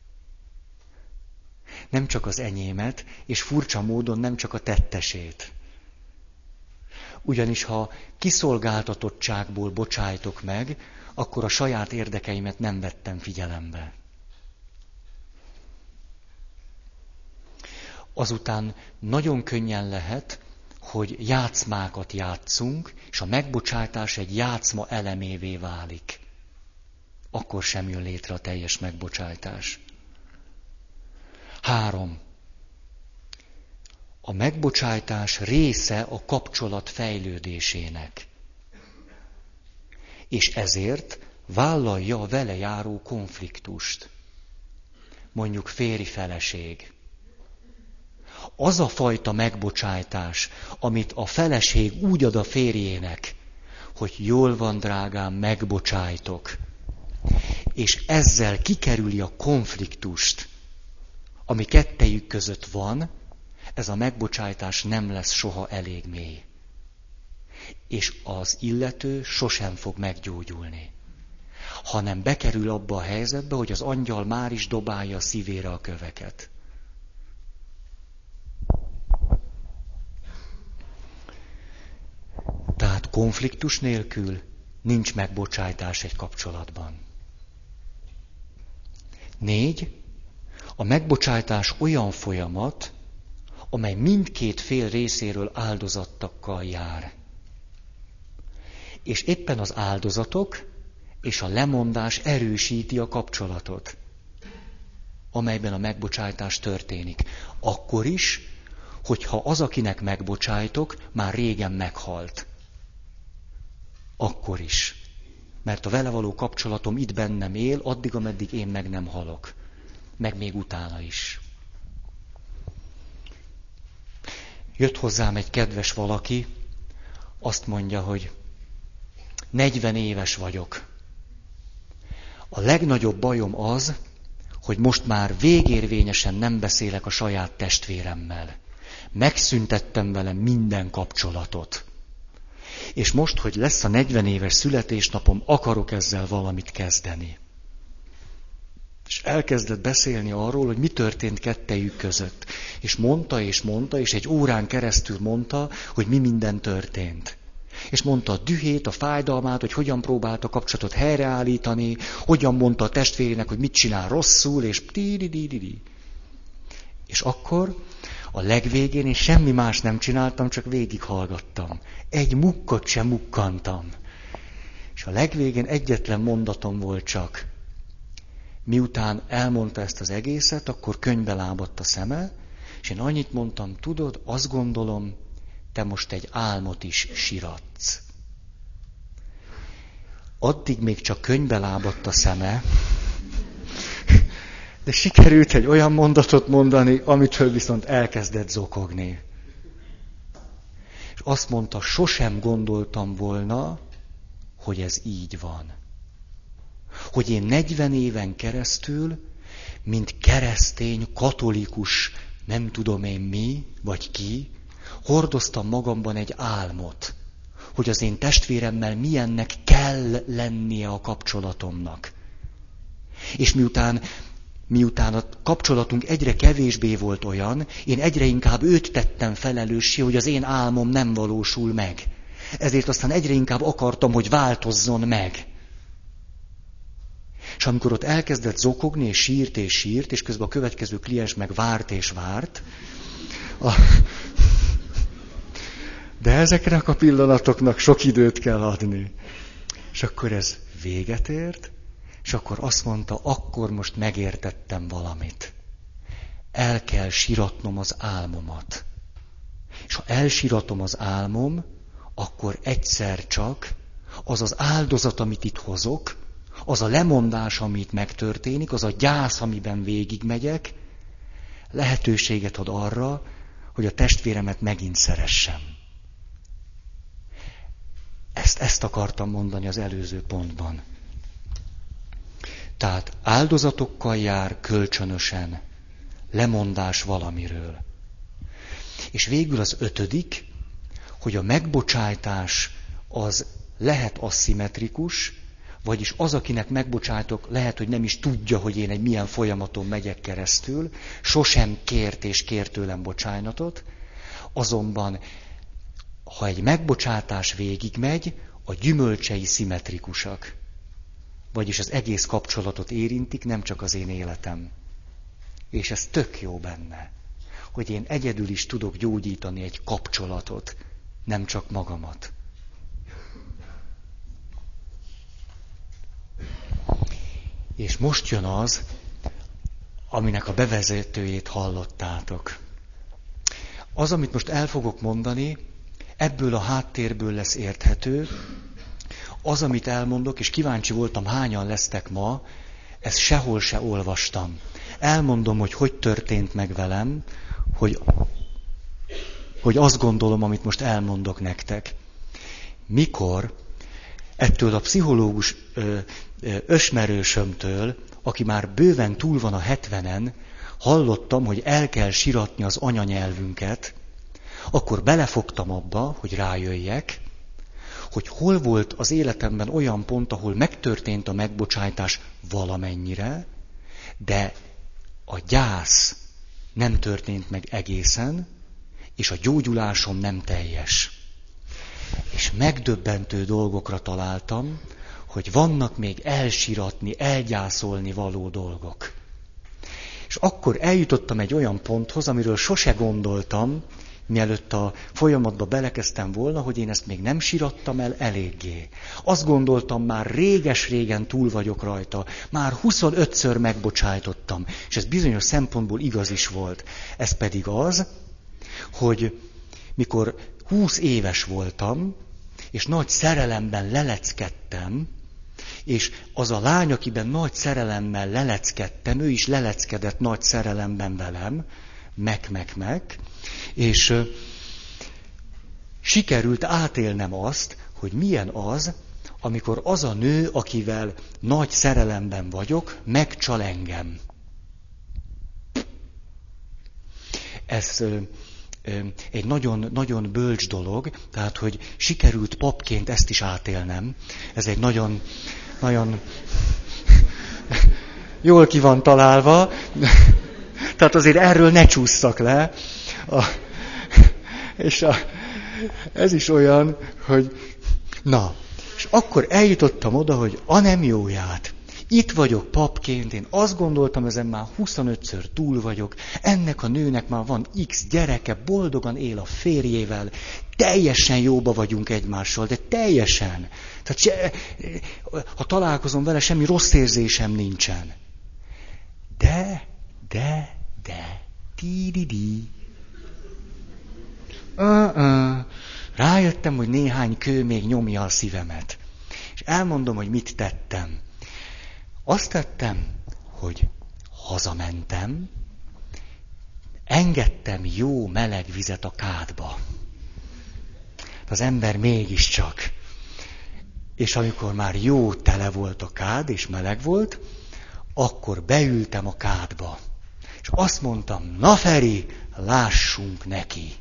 Nem csak az enyémet, és furcsa módon nem csak a tettesét. Ugyanis ha kiszolgáltatottságból bocsájtok meg, akkor a saját érdekeimet nem vettem figyelembe. Azután nagyon könnyen lehet, hogy játszmákat játszunk, és a megbocsátás egy játszma elemévé válik. Akkor sem jön létre a teljes megbocsátás. 3. A megbocsátás része a kapcsolat fejlődésének. És ezért vállalja a vele járó konfliktust. Mondjuk férj-feleség. Az a fajta megbocsátás, amit a feleség úgy ad a férjének, hogy jól van, drágám, megbocsájtok, és ezzel kikerüli a konfliktust, ami kettejük között van, ez a megbocsátás nem lesz soha elég mély. És az illető sosem fog meggyógyulni. Hanem bekerül abba a helyzetbe, hogy az angyal már is dobálja a szívére a köveket. Tehát konfliktus nélkül nincs megbocsátás egy kapcsolatban. 4. A megbocsátás olyan folyamat, amely mindkét fél részéről áldozattakkal jár. És éppen az áldozatok és a lemondás erősíti a kapcsolatot, amelyben a megbocsátás történik. Akkor is, hogyha az, akinek megbocsájtok, már régen meghalt. Akkor is. Mert a vele való kapcsolatom itt bennem él, addig, ameddig én meg nem halok. Meg még utána is. Jött hozzám egy kedves valaki, azt mondja, hogy 40 éves vagyok. A legnagyobb bajom az, hogy most már végérvényesen nem beszélek a saját testvéremmel. Megszüntettem vele minden kapcsolatot. És most, hogy lesz a 40 éves születésnapom, akarok ezzel valamit kezdeni. És elkezdett beszélni arról, hogy mi történt kettejük között. És mondta, és egy órán keresztül mondta, hogy mi minden történt. És mondta a dühét, a fájdalmát, hogy hogyan próbálta a kapcsolatot helyreállítani, hogyan mondta a testvérének, hogy mit csinál rosszul, és ti-di-di-di-di. És akkor a legvégén én semmi más nem csináltam, csak végighallgattam. Egy mukkot sem mukkantam. És a legvégén egyetlen mondatom volt csak. Miután elmondta ezt az egészet, akkor könnybe lábadt a szeme, és én annyit mondtam, tudod, azt gondolom, te most egy álmot is siratsz. Addig még csak könnybe lábadt a szeme, de sikerült egy olyan mondatot mondani, amitől viszont elkezdett zokogni. És azt mondta, sosem gondoltam volna, hogy ez így van. Hogy én 40 éven keresztül, mint keresztény, katolikus, nem tudom én mi, vagy ki, hordoztam magamban egy álmot, hogy az én testvéremmel milyennek kell lennie a kapcsolatomnak. És miután a kapcsolatunk egyre kevésbé volt olyan, én egyre inkább őt tettem felelőssé, hogy az én álmom nem valósul meg. Ezért aztán egyre inkább akartam, hogy változzon meg. És amikor ott elkezdett zokogni, és sírt, és közben a következő kliens meg várt és várt, de ezeknek a pillanatoknak sok időt kell adni. És akkor ez véget ért, és akkor azt mondta, akkor most megértettem valamit. El kell siratnom az álmomat. És ha elsiratom az álmom, akkor egyszer csak az az áldozat, amit itt hozok, az a lemondás, amit megtörténik, az a gyász, amiben végigmegyek, lehetőséget ad arra, hogy a testvéremet megint szeressem. Ezt akartam mondani az előző pontban. Tehát áldozatokkal jár kölcsönösen, lemondás valamiről. És végül az 5., hogy a megbocsájtás az lehet aszimmetrikus, vagyis az, akinek megbocsájtok, lehet, hogy nem is tudja, hogy én egy milyen folyamaton megyek keresztül, sosem kért és kér tőlem bocsánatot, azonban, ha egy megbocsátás végigmegy, a gyümölcsei szimmetrikusak. Vagyis az egész kapcsolatot érintik, nem csak az én életem. És ez tök jó benne, hogy én egyedül is tudok gyógyítani egy kapcsolatot, nem csak magamat. És most jön az, aminek a bevezetőjét hallottátok. Az, amit most el fogok mondani, ebből a háttérből lesz érthető. Az, amit elmondok, és kíváncsi voltam, hányan lesztek ma, ezt sehol se olvastam. Elmondom, hogy történt meg velem, hogy azt gondolom, amit most elmondok nektek. Mikor ettől a pszichológus ösmerősömtől, aki már bőven túl van a 70-en, hallottam, hogy el kell siratni az anyanyelvünket, akkor belefogtam abba, hogy rájöjjek, hogy hol volt az életemben olyan pont, ahol megtörtént a megbocsájtás valamennyire, de a gyász nem történt meg egészen, és a gyógyulásom nem teljes. És megdöbbentő dolgokra találtam, hogy vannak még elsiratni, elgyászolni való dolgok. És akkor eljutottam egy olyan ponthoz, amiről sose gondoltam, mielőtt a folyamatba belekezdtem volna, hogy én ezt még nem sirattam el eléggé. Azt gondoltam, már réges-régen túl vagyok rajta, már 25-ször megbocsájtottam, és ez bizonyos szempontból igaz is volt. Ez pedig az, hogy mikor 20 éves voltam, és nagy szerelemben leleckedtem, és az a lány, akiben nagy szerelemmel leleckedtem, ő is leleckedett nagy szerelemben velem, és sikerült átélnem azt, hogy milyen az, amikor az a nő, akivel nagy szerelemben vagyok, megcsal engem. Ez egy nagyon, nagyon bölcs dolog, tehát, hogy sikerült papként ezt is átélnem. Ez egy nagyon, nagyon jól ki van találva, tehát azért erről ne csússzak le. Ez is olyan, hogy na, és akkor eljutottam oda, hogy a nem jóját. Itt vagyok papként, én azt gondoltam, ezen már 25-ször túl vagyok, ennek a nőnek már van X gyereke, boldogan él a férjével, teljesen jóba vagyunk egymással, de teljesen. Tehát ha találkozom vele, semmi rossz érzésem nincsen. De, ti-di-di. Rájöttem, hogy néhány kő még nyomja a szívemet. És elmondom, hogy mit tettem. Azt tettem, hogy hazamentem, engedtem jó meleg vizet a kádba. Az ember mégiscsak. És amikor már jó tele volt a kád, és meleg volt, akkor beültem a kádba. És azt mondtam, na Feri, lássunk neki.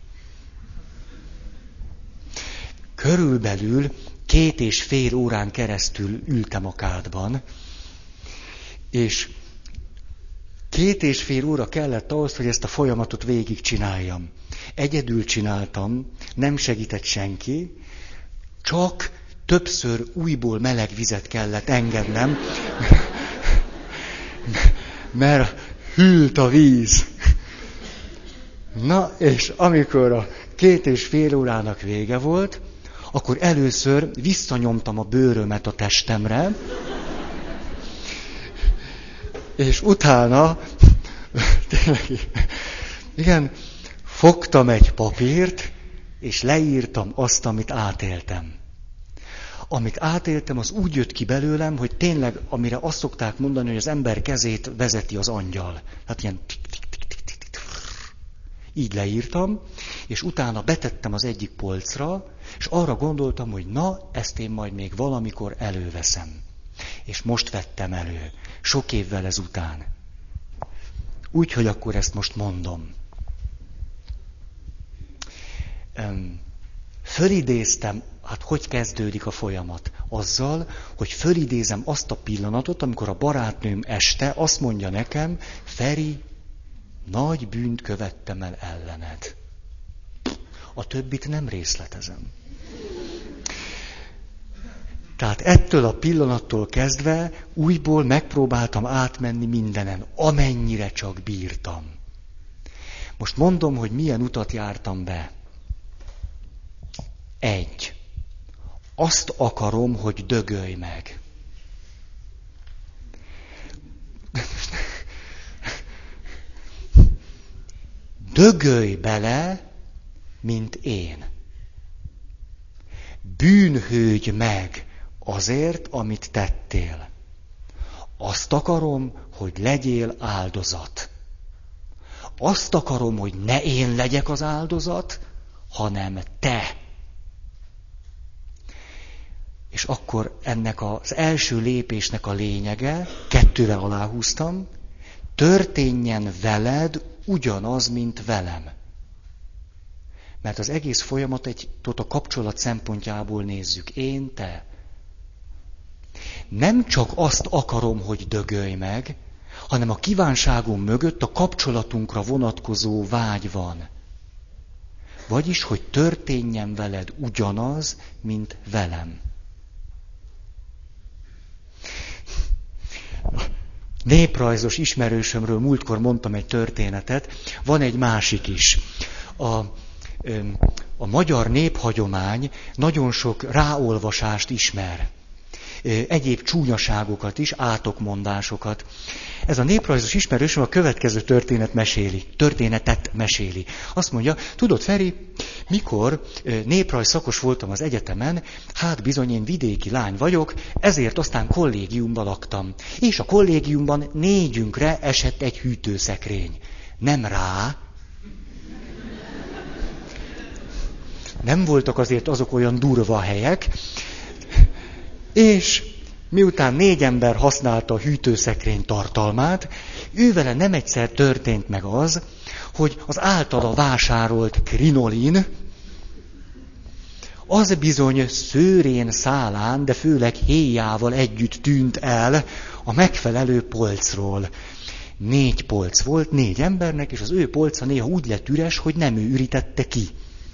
Körülbelül 2,5 órán keresztül ültem a kádban, és 2,5 óra kellett ahhoz, hogy ezt a folyamatot végigcsináljam. Egyedül csináltam, nem segített senki, csak többször újból meleg vizet kellett engednem, mert hűlt a víz. Na, és amikor a 2,5 órának vége volt, akkor először visszanyomtam a bőrömet a testemre, és utána, tényleg, igen, fogtam egy papírt, és leírtam azt, amit átéltem. Amit átéltem, az úgy jött ki belőlem, hogy tényleg, amire azt szokták mondani, hogy az ember kezét vezeti az angyal. Hát ilyen így leírtam, és utána betettem az egyik polcra, és arra gondoltam, hogy na, ezt én majd még valamikor előveszem. És most vettem elő, sok évvel ezután. Úgyhogy akkor ezt most mondom. Fölidéztem, hát hogy kezdődik a folyamat? Azzal, hogy fölidézem azt a pillanatot, amikor a barátnőm este azt mondja nekem, Feri, nagy bűnt követtem el ellened. A többit nem részletezem. Tehát ettől a pillanattól kezdve újból megpróbáltam átmenni mindenen, amennyire csak bírtam. Most mondom, hogy milyen utat jártam be. 1. Azt akarom, hogy dögölj meg. Dögölj bele, mint én. Bűnhődj meg azért, amit tettél. Azt akarom, hogy legyél áldozat. Azt akarom, hogy ne én legyek az áldozat, hanem te. És akkor ennek az első lépésnek a lényege, 2-vel aláhúztam, történjen veled ugyanaz, mint velem. Mert az egész folyamat a kapcsolat szempontjából nézzük. Én, te. Nem csak azt akarom, hogy dögölj meg, hanem a kívánságom mögött a kapcsolatunkra vonatkozó vágy van. Vagyis, hogy történjen veled ugyanaz, mint velem. Néprajzos ismerősömről múltkor mondtam egy történetet, van egy másik is. A magyar néphagyomány nagyon sok ráolvasást ismer. Egyéb csúnyaságokat is, átokmondásokat. Ez a néprajzos ismerősöm a következő történetet meséli. Azt mondja, tudod Feri, mikor néprajz szakos voltam az egyetemen, hát bizony én vidéki lány vagyok, ezért aztán kollégiumban laktam. És a kollégiumban 4-ünkre esett egy hűtőszekrény. Nem rá. Nem voltak azért azok olyan durva helyek, és miután 4 ember használta a hűtőszekrény tartalmát, ővele nem egyszer történt meg az, hogy az általa vásárolt krinolin, az bizony szőrén szálán, de főleg héjával együtt tűnt el a megfelelő polcról. 4 polc volt, 4 embernek, és az ő polca néha úgy lett üres, hogy nem ő ürítette ki.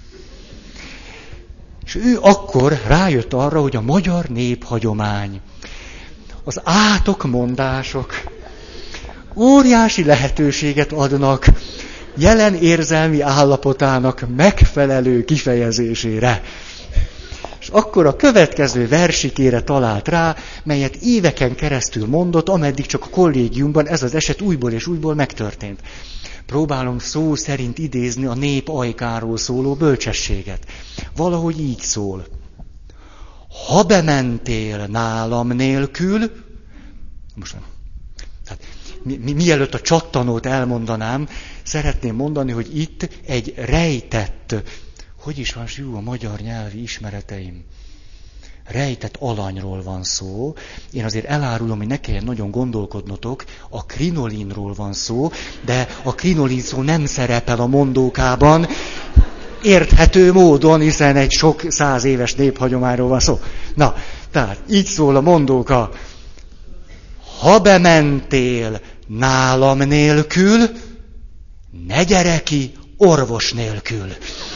És ő akkor rájött arra, hogy a magyar néphagyomány, az átokmondások óriási lehetőséget adnak jelen érzelmi állapotának megfelelő kifejezésére. És akkor a következő versikére talált rá, melyet éveken keresztül mondott, ameddig csak a kollégiumban ez az eset újból és újból megtörtént. Próbálom szó szerint idézni a nép ajkáról szóló bölcsességet. Valahogy így szól. Ha bementél nálam nélkül, most tehát, mielőtt a csattanót elmondanám, szeretném mondani, hogy itt egy rejtett, hogy is van a magyar nyelvi ismereteim? Rejtett alanyról van szó. Én azért elárulom, hogy ne kelljen nagyon gondolkodnotok, a krinolinról van szó, de a krinolin szó nem szerepel a mondókában, érthető módon, hiszen egy sok 100 éves néphagyományról van szó. Na, tehát így szól a mondóka. Ha bementél nálam nélkül, ne gyere ki orvos nélkül.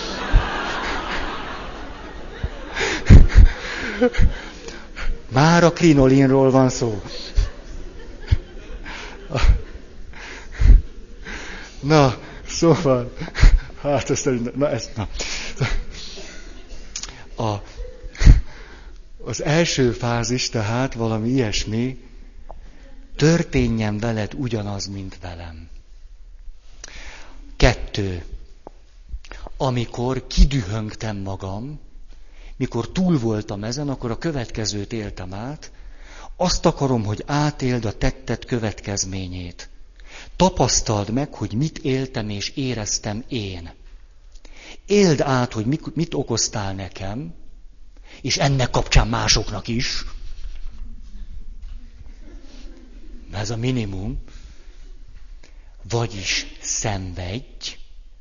Már a krinolinról van szó. Na, szóval, hát ezt, az első fázis, tehát valami ilyesmi, történjen veled ugyanaz, mint velem. 2. Amikor kidühöngtem magam, mikor túl voltam ezen, akkor a következőt éltem át. Azt akarom, hogy átéld a tetted következményét. Tapasztald meg, hogy mit éltem és éreztem én. Éld át, hogy mit okoztál nekem, és ennek kapcsán másoknak is. Ez a minimum. Vagyis szenvedj.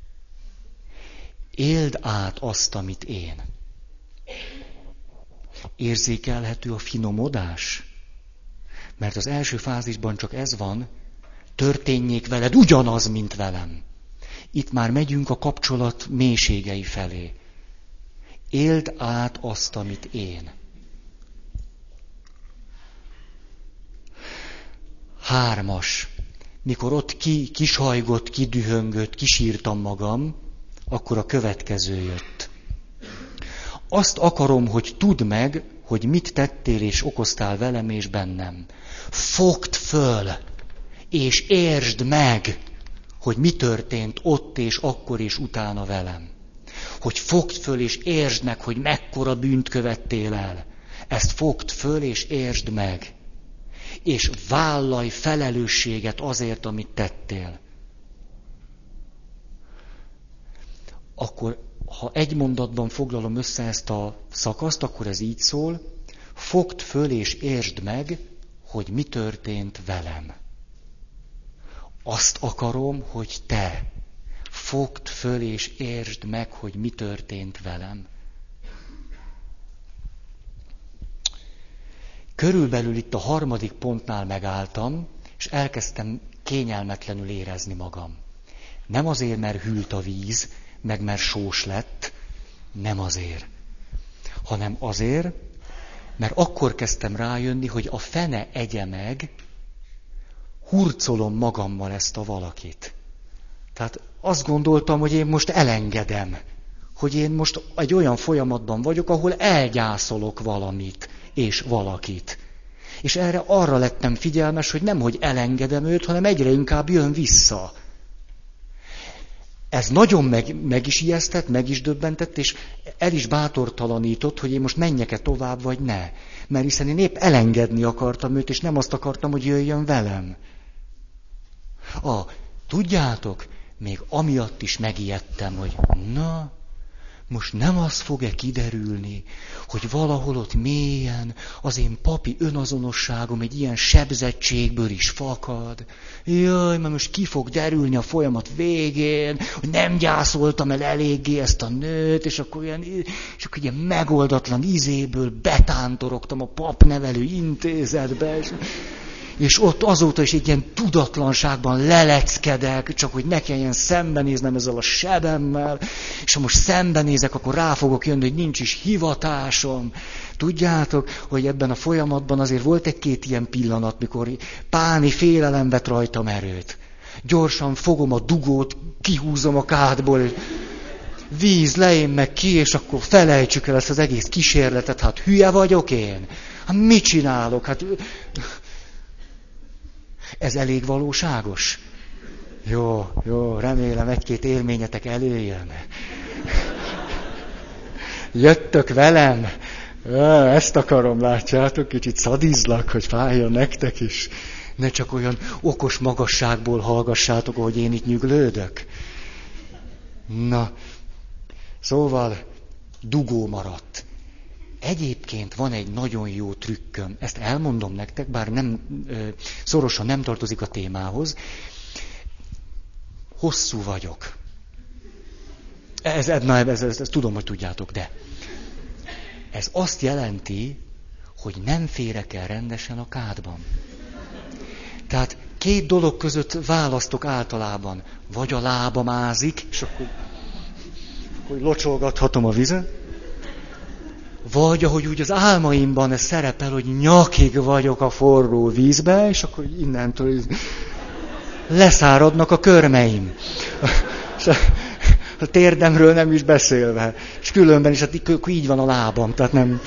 Éld át azt, amit én. Érzékelhető a finomodás? Mert az első fázisban csak ez van, történjék veled ugyanaz, mint velem. Itt már megyünk a kapcsolat mélységei felé. Éld át azt, amit én. 3. Mikor ott kisajgott, kidühöngött, kisírtam magam, akkor a következő jött. Azt akarom, hogy tudd meg, hogy mit tettél és okoztál velem és bennem. Fogd föl, és értsd meg, hogy mi történt ott és akkor és utána velem. Hogy fogd föl és értsd meg, hogy mekkora bűnt követtél el. Ezt fogd föl és értsd meg. És vállalj felelősséget azért, amit tettél. Akkor, ha egy mondatban foglalom össze ezt a szakaszt, akkor ez így szól. Fogd föl és értsd meg, hogy mi történt velem. Azt akarom, hogy te fogd föl és értsd meg, hogy mi történt velem. Körülbelül itt a 3. pontnál megálltam, és elkezdtem kényelmetlenül érezni magam. Nem azért, mert hűlt a víz, meg mert sós lett, nem azért, hanem azért, mert akkor kezdtem rájönni, hogy a fene egye meg, hurcolom magammal ezt a valakit. Tehát azt gondoltam, hogy én most elengedem, hogy én most egy olyan folyamatban vagyok, ahol elgyászolok valamit és valakit. És arra lettem figyelmes, hogy nemhogy elengedem őt, hanem egyre inkább jön vissza. Ez nagyon meg is ijesztett, meg is döbbentett, és el is bátortalanított, hogy én most menjek-e tovább, vagy ne. Mert hiszen én épp elengedni akartam őt, és nem azt akartam, hogy jöjjön velem. Tudjátok, még amiatt is megijedtem, hogy na, most nem az fog-e kiderülni, hogy valahol ott mélyen az én papi önazonosságom egy ilyen sebzettségből is fakad. Jaj, mert most ki fog derülni a folyamat végén, hogy nem gyászoltam el eléggé ezt a nőt, és akkor ilyen megoldatlan izéből betántorogtam a papnevelő intézetbe, és ott azóta is egy ilyen tudatlanságban leleckedek, csak hogy ne kelljen szembenéznem ezzel a sebemmel, és ha most szembenézek, akkor rá fogok jönni, hogy nincs is hivatásom. Tudjátok, hogy ebben a folyamatban azért volt egy-két ilyen pillanat, mikor páni félelem vett rajtam erőt. Gyorsan fogom a dugót, kihúzom a kádból, és víz, lejjem meg ki, és akkor felejtsük el ezt az egész kísérletet. Hát hülye vagyok én? Hát mit csinálok? Hát... Ez elég valóságos? Jó, remélem egy-két élményetek előjön. Jöttök velem? Ezt akarom, látjátok, kicsit szadizlak, hogy fájjon nektek is. Ne csak olyan okos magasságból hallgassátok, ahogy én itt nyüglődök. Na, szóval dugó maradt. Egyébként van egy nagyon jó trükköm, ezt elmondom nektek, bár nem szorosan nem tartozik a témához. Hosszú vagyok. Ezt tudom, hogy tudjátok, de ez azt jelenti, hogy nem férek el rendesen a kádban. Tehát 2 dolog között választok általában. Vagy a lábam ázik, és akkor locsolgathatom a vizet, vagy ahogy úgy az álmaimban ez szerepel, hogy nyakig vagyok a forró vízbe, és akkor innentől leszáradnak a körmeim. A térdemről nem is beszélve. És különben is, hát így van a lábam, tehát nem...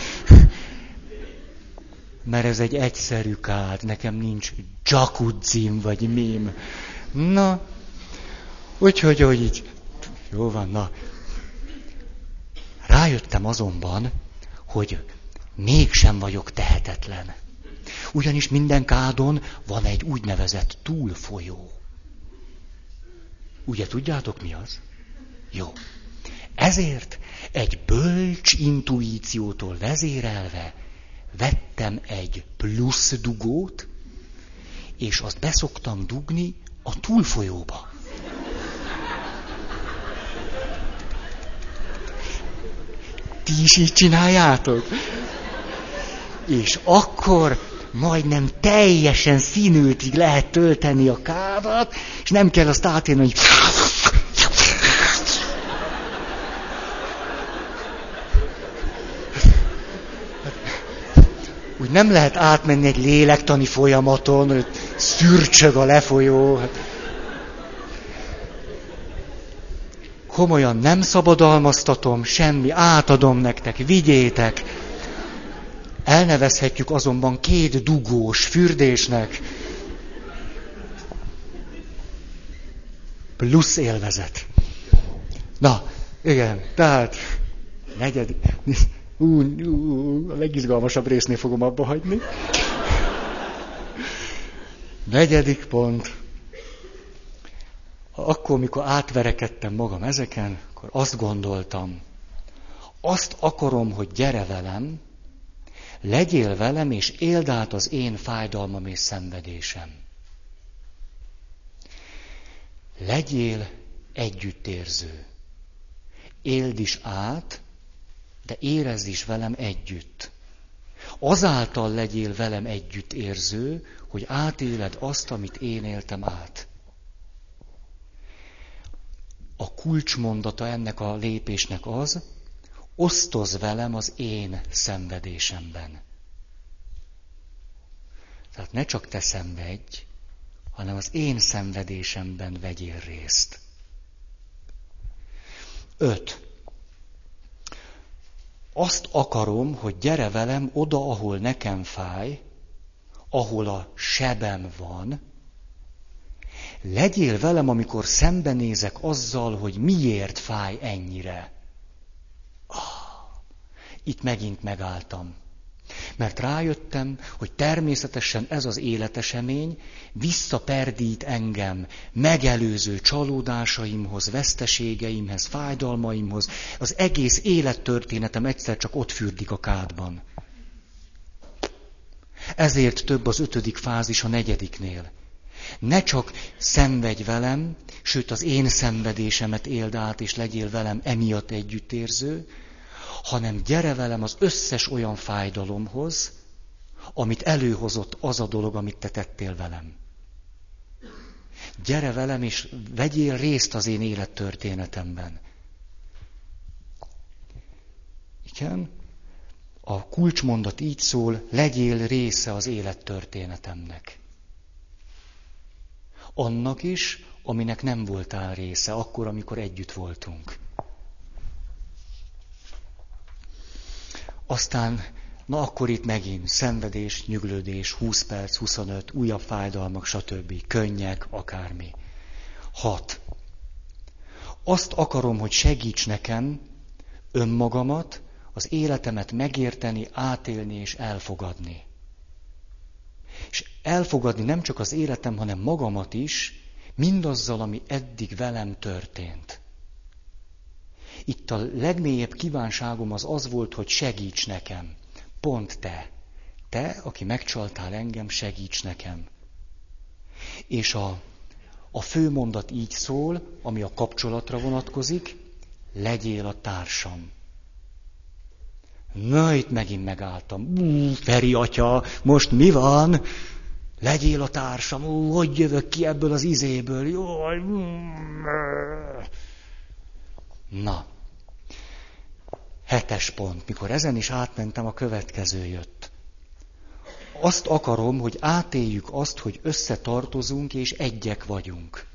Mert ez egy egyszerű kád, nekem nincs jacuzzim, vagy mim. Na, úgyhogy így... Jó van, na. Rájöttem azonban, hogy mégsem vagyok tehetetlen. Ugyanis minden kádon van egy úgynevezett túlfolyó. Ugye tudjátok, mi az? Jó. Ezért egy bölcs intuíciótól vezérelve vettem egy plusz dugót, és azt beszoktam dugni a túlfolyóba. Ti is így csináljátok? És akkor majdnem teljesen színültig lehet tölteni a kádat, és nem kell azt átérni, hogy... Úgy nem lehet átmenni egy lélektani folyamaton, hogy szürcsög a lefolyó. Komolyan nem szabadalmaztatom, semmi, átadom nektek, vigyétek. Elnevezhetjük azonban 2 dugós fürdésnek. Plusz élvezet. Na, igen, tehát... a legizgalmasabb résznél fogom abba hagyni. 4. pont. Akkor, mikor átverekedtem magam ezeken, akkor azt gondoltam, azt akarom, hogy gyere velem, legyél velem, és éld át az én fájdalmam és szenvedésem. Legyél együttérző. Éld is át, de érezd is velem együtt. Azáltal legyél velem együttérző, hogy átéled azt, amit én éltem át. A kulcsmondata ennek a lépésnek az, osztozz velem az én szenvedésemben. Tehát ne csak te szenvedj, hanem az én szenvedésemben vegyél részt. 5. Azt akarom, hogy gyere velem oda, ahol nekem fáj, ahol a sebem van. Legyél velem, amikor szembenézek azzal, hogy miért fáj ennyire. Itt megint megálltam. Mert rájöttem, hogy természetesen ez az életesemény visszaperdít engem megelőző csalódásaimhoz, veszteségeimhez, fájdalmaimhoz. Az egész élettörténetem egyszer csak ott fürdik a kádban. Ezért több az 5. fázis a 4-nél. Ne csak szenvedj velem, sőt az én szenvedésemet éld át, és legyél velem emiatt együttérző, hanem gyere velem az összes olyan fájdalomhoz, amit előhozott az a dolog, amit te tettél velem. Gyere velem, és vegyél részt az én élettörténetemben. Igen? A kulcsmondat így szól, legyél része az élettörténetemnek. Annak is, aminek nem voltál része, akkor, amikor együtt voltunk. Aztán, na akkor itt megint szenvedés, nyüglődés, 20 perc, 25, újabb fájdalmak, stb. Könnyek, akármi. 6. Azt akarom, hogy segíts nekem önmagamat, az életemet megérteni, átélni és elfogadni. És elfogadni nem csak az életem, hanem magamat is, mindazzal, ami eddig velem történt. Itt a legmélyebb kívánságom az volt, hogy segíts nekem. Pont te. Te, aki megcsaltál engem, segíts nekem. És a főmondat így szól, ami a kapcsolatra vonatkozik, legyél a társam. Na, itt megint megálltam. Feri atya, most mi van? Legyél a társam. Hogy jövök ki ebből az izéből? Jaj. Na. 7. pont. Mikor ezen is átmentem, a következő jött. Azt akarom, hogy átéljük azt, hogy összetartozunk és egyek vagyunk.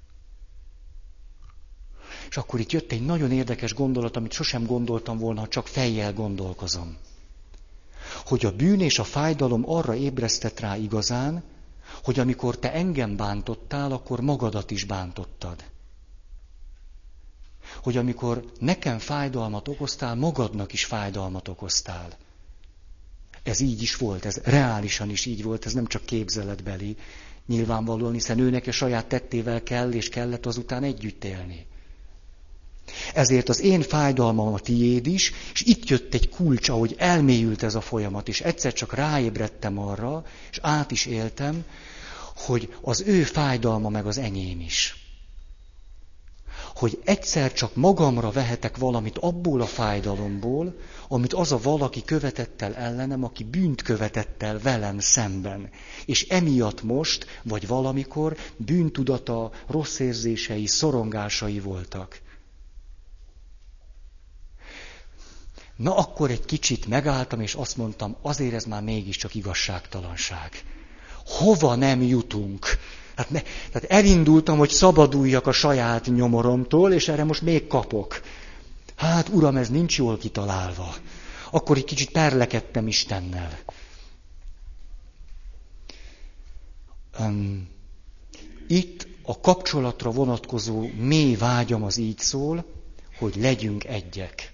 És akkor itt jött egy nagyon érdekes gondolat, amit sosem gondoltam volna, ha csak fejjel gondolkozom. Hogy a bűn és a fájdalom arra ébresztett rá igazán, hogy amikor te engem bántottál, akkor magadat is bántottad. hogy amikor nekem fájdalmat okoztál, magadnak is fájdalmat okoztál. Ez így is volt, ez reálisan is így volt, ez nem csak képzeletbeli, nyilvánvalóan, hiszen őnek a saját tettével kell és kellett azután együtt élni. Ezért az én fájdalmam a tiéd is, és itt jött egy kulcs, ahogy elmélyült ez a folyamat, és egyszer csak ráébredtem arra, és át is éltem, hogy az ő fájdalma meg az enyém is. Hogy egyszer csak magamra vehetek valamit abból a fájdalomból, amit az a valaki követett el ellenem, aki bűnt követett el velem szemben. És emiatt most, vagy valamikor bűntudata, rossz érzései, szorongásai voltak. Na akkor egy kicsit megálltam, és azt mondtam, azért ez már mégiscsak igazságtalanság. Hova nem jutunk? Tehát elindultam, hogy szabaduljak a saját nyomoromtól, és erre most még kapok. Hát, uram, ez nincs jól kitalálva. Akkor egy kicsit perlekedtem Istennel. Itt a kapcsolatra vonatkozó mély vágyam az így szól, hogy legyünk egyek.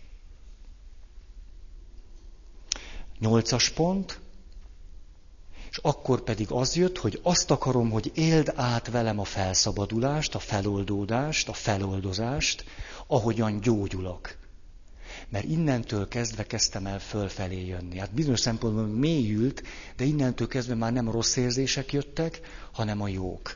8. pont, és akkor pedig az jött, hogy azt akarom, hogy éld át velem a felszabadulást, a feloldódást, a feloldozást, ahogyan gyógyulok. Mert innentől kezdve kezdtem el fölfelé jönni. Hát bizonyos szempontból mélyült, de innentől kezdve már nem rossz érzések jöttek, hanem a jók.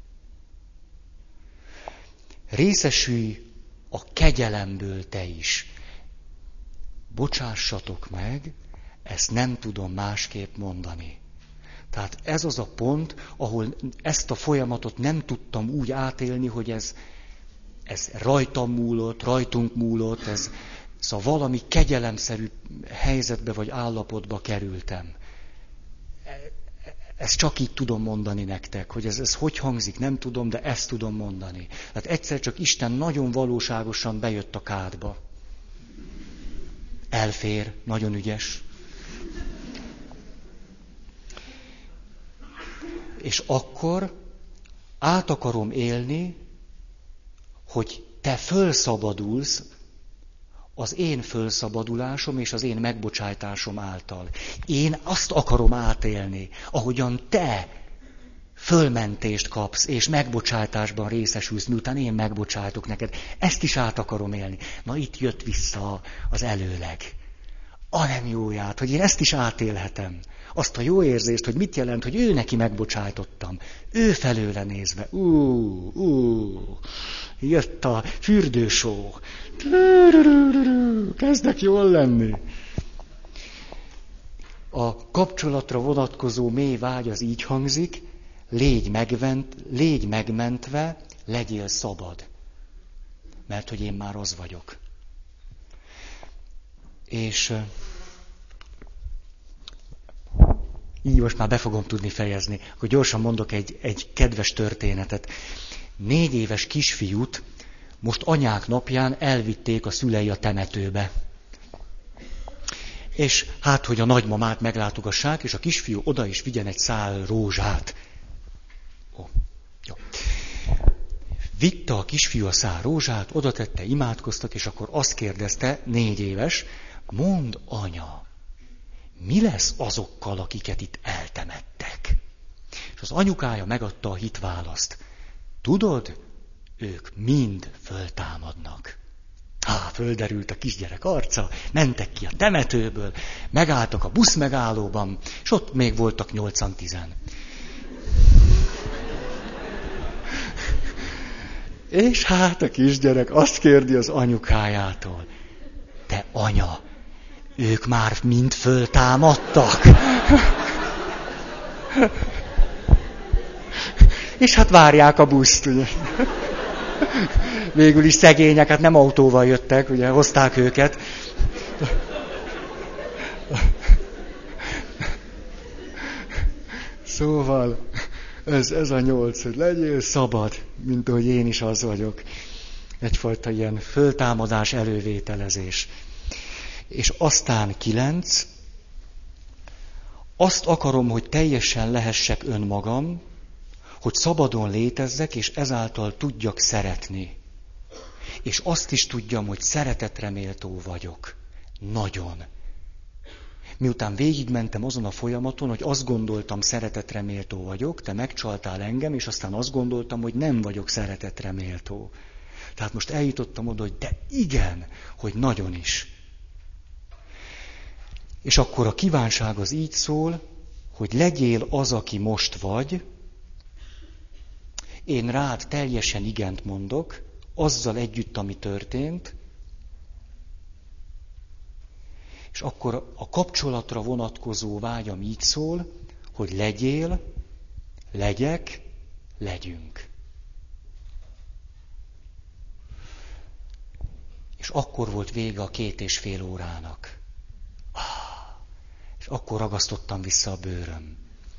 Részesülj a kegyelemből te is. Bocsássatok meg, ezt nem tudom másképp mondani. Tehát ez az a pont, ahol ezt a folyamatot nem tudtam úgy átélni, hogy ez rajtam múlott, rajtunk múlott, szóval valami kegyelemszerű helyzetbe vagy állapotba kerültem. Ezt csak így tudom mondani nektek, hogy ez hogy hangzik, nem tudom, de ezt tudom mondani. Tehát egyszer csak Isten nagyon valóságosan bejött a kádba. Elfér, nagyon ügyes. És akkor át akarom élni, hogy te fölszabadulsz az én fölszabadulásom és az én megbocsájtásom által. Én azt akarom átélni, ahogyan te fölmentést kapsz, és megbocsátásban részesülsz, miután én megbocsájtok neked. Ezt is át akarom élni. Na itt jött vissza az előleg. A nem jóját, hogy én ezt is átélhetem. Azt a jó érzést, hogy mit jelent, hogy ő neki megbocsájtottam. Ő felőle nézve. Jött a fürdősó. Kezdek jól lenni. A kapcsolatra vonatkozó mély vágy az így hangzik, légy megmentve, legyél szabad. Mert hogy én már az vagyok. És így most már be fogom tudni fejezni. Akkor gyorsan mondok egy kedves történetet. 4 éves kisfiút most anyák napján elvitték a szülei a temetőbe. És hát, hogy a nagymamát meglátogassák, és a kisfiú oda is vigyen egy szál rózsát. Jó. Vitte a kisfiú a szál rózsát, oda tette, imádkoztak, és akkor azt kérdezte, 4 éves, mondd, anya, mi lesz azokkal, akiket itt eltemettek? És az anyukája megadta a hitválaszt. Tudod, ők mind föltámadnak. Földerült a kisgyerek arca, mentek ki a temetőből, megálltak a buszmegállóban, és ott még voltak 8-10. És hát a kisgyerek azt kérdi az anyukájától. Te anya, ők már mind föltámadtak. És hát várják a buszt, ugye. Végül is szegények, hát nem autóval jöttek, ugye, hozták őket. Szóval, ez a 8, hogy legyél szabad, mint ahogy én is az vagyok. Egyfajta ilyen föltámadás, elővételezés. És aztán 9, azt akarom, hogy teljesen lehessek önmagam, hogy szabadon létezzek, és ezáltal tudjak szeretni. És azt is tudjam, hogy szeretetre méltó vagyok. Nagyon. Miután végigmentem azon a folyamaton, hogy azt gondoltam, szeretetre méltó vagyok, te megcsaltál engem, és aztán azt gondoltam, hogy nem vagyok szeretetre méltó. Tehát most eljutottam oda, hogy de igen, hogy nagyon is. És akkor a kívánság az így szól, hogy legyél az, aki most vagy, én rád teljesen igent mondok, azzal együtt, ami történt, és akkor a kapcsolatra vonatkozó vágyam így szól, hogy legyél, legyek, legyünk. És akkor volt vége a 2,5 órának. És akkor ragasztottam vissza a bőröm.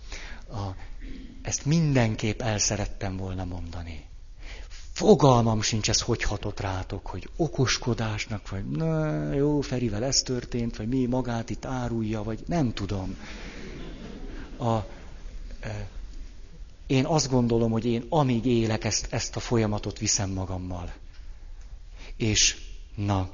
Ezt mindenképp el szerettem volna mondani. Fogalmam sincs, ez hogy hatott rátok, hogy okoskodásnak, vagy na jó, Ferivel ez történt, vagy mi magát itt árulja, vagy nem tudom. Én azt gondolom, hogy én amíg élek, ezt a folyamatot viszem magammal. És na,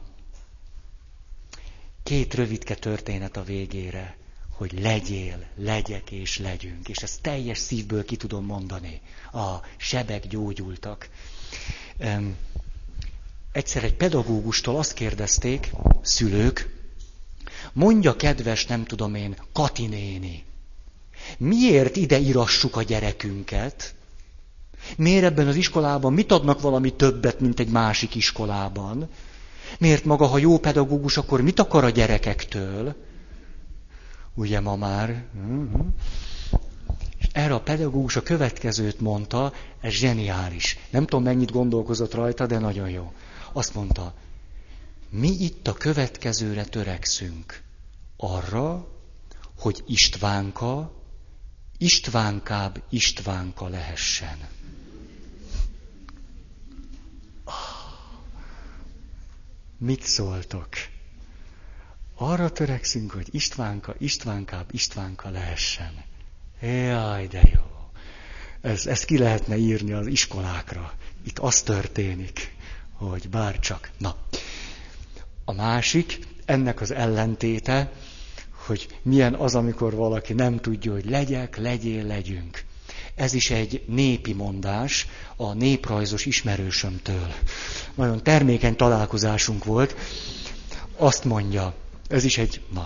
2 rövidke történet a végére, hogy legyél, legyek és legyünk. És ezt teljes szívből ki tudom mondani. A sebek gyógyultak. Egyszer egy pedagógustól azt kérdezték, szülők, mondja kedves, nem tudom én, Kati néni, miért ide írassuk a gyerekünket? Miért ebben az iskolában mit adnak valami többet, mint egy másik iskolában? Miért maga, ha jó pedagógus, akkor mit akar a gyerekektől? Ugye ma már? És erre a pedagógus a következőt mondta, ez zseniális. Nem tudom, mennyit gondolkozott rajta, de nagyon jó. Azt mondta, mi itt a következőre törekszünk. Arra, hogy Istvánka, Istvánkább Istvánka lehessen. Mit szóltok? Arra törekszünk, hogy Istvánka, Istvánkább Istvánka lehessen. Jaj, de jó. Ezt ki lehetne írni az iskolákra. Itt az történik, hogy bárcsak. Na, a másik, ennek az ellentéte, hogy milyen az, amikor valaki nem tudja, hogy legyek, legyél, legyünk. Ez is egy népi mondás a néprajzos ismerősömtől. Nagyon termékeny találkozásunk volt. Azt mondja, ez is egy, na.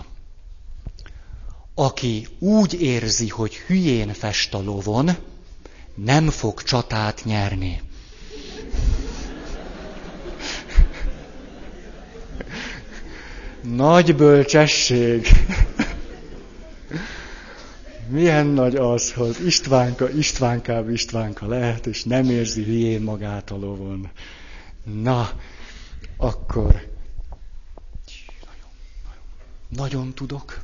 Aki úgy érzi, hogy hülyén fest a lovon, nem fog csatát nyerni. Nagy bölcsesség. Milyen nagy az, hogy Istvánka, Istvánkább Istvánka lehet, és nem érzi hülyén magát a lovon. Na, akkor nagyon tudok.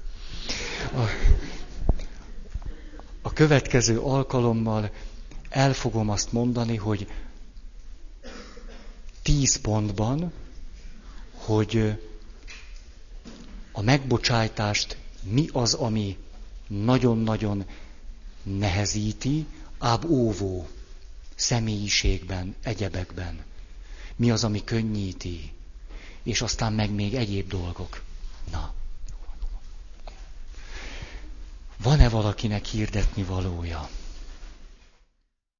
A következő alkalommal el fogom azt mondani, hogy 10 pontban, hogy a megbocsájtást mi az, ami nagyon-nagyon nehezíti, áb óvó, személyiségben, egyebekben. Mi az, ami könnyíti, és aztán meg még egyéb dolgok. Na. Van-e valakinek hirdetni valója?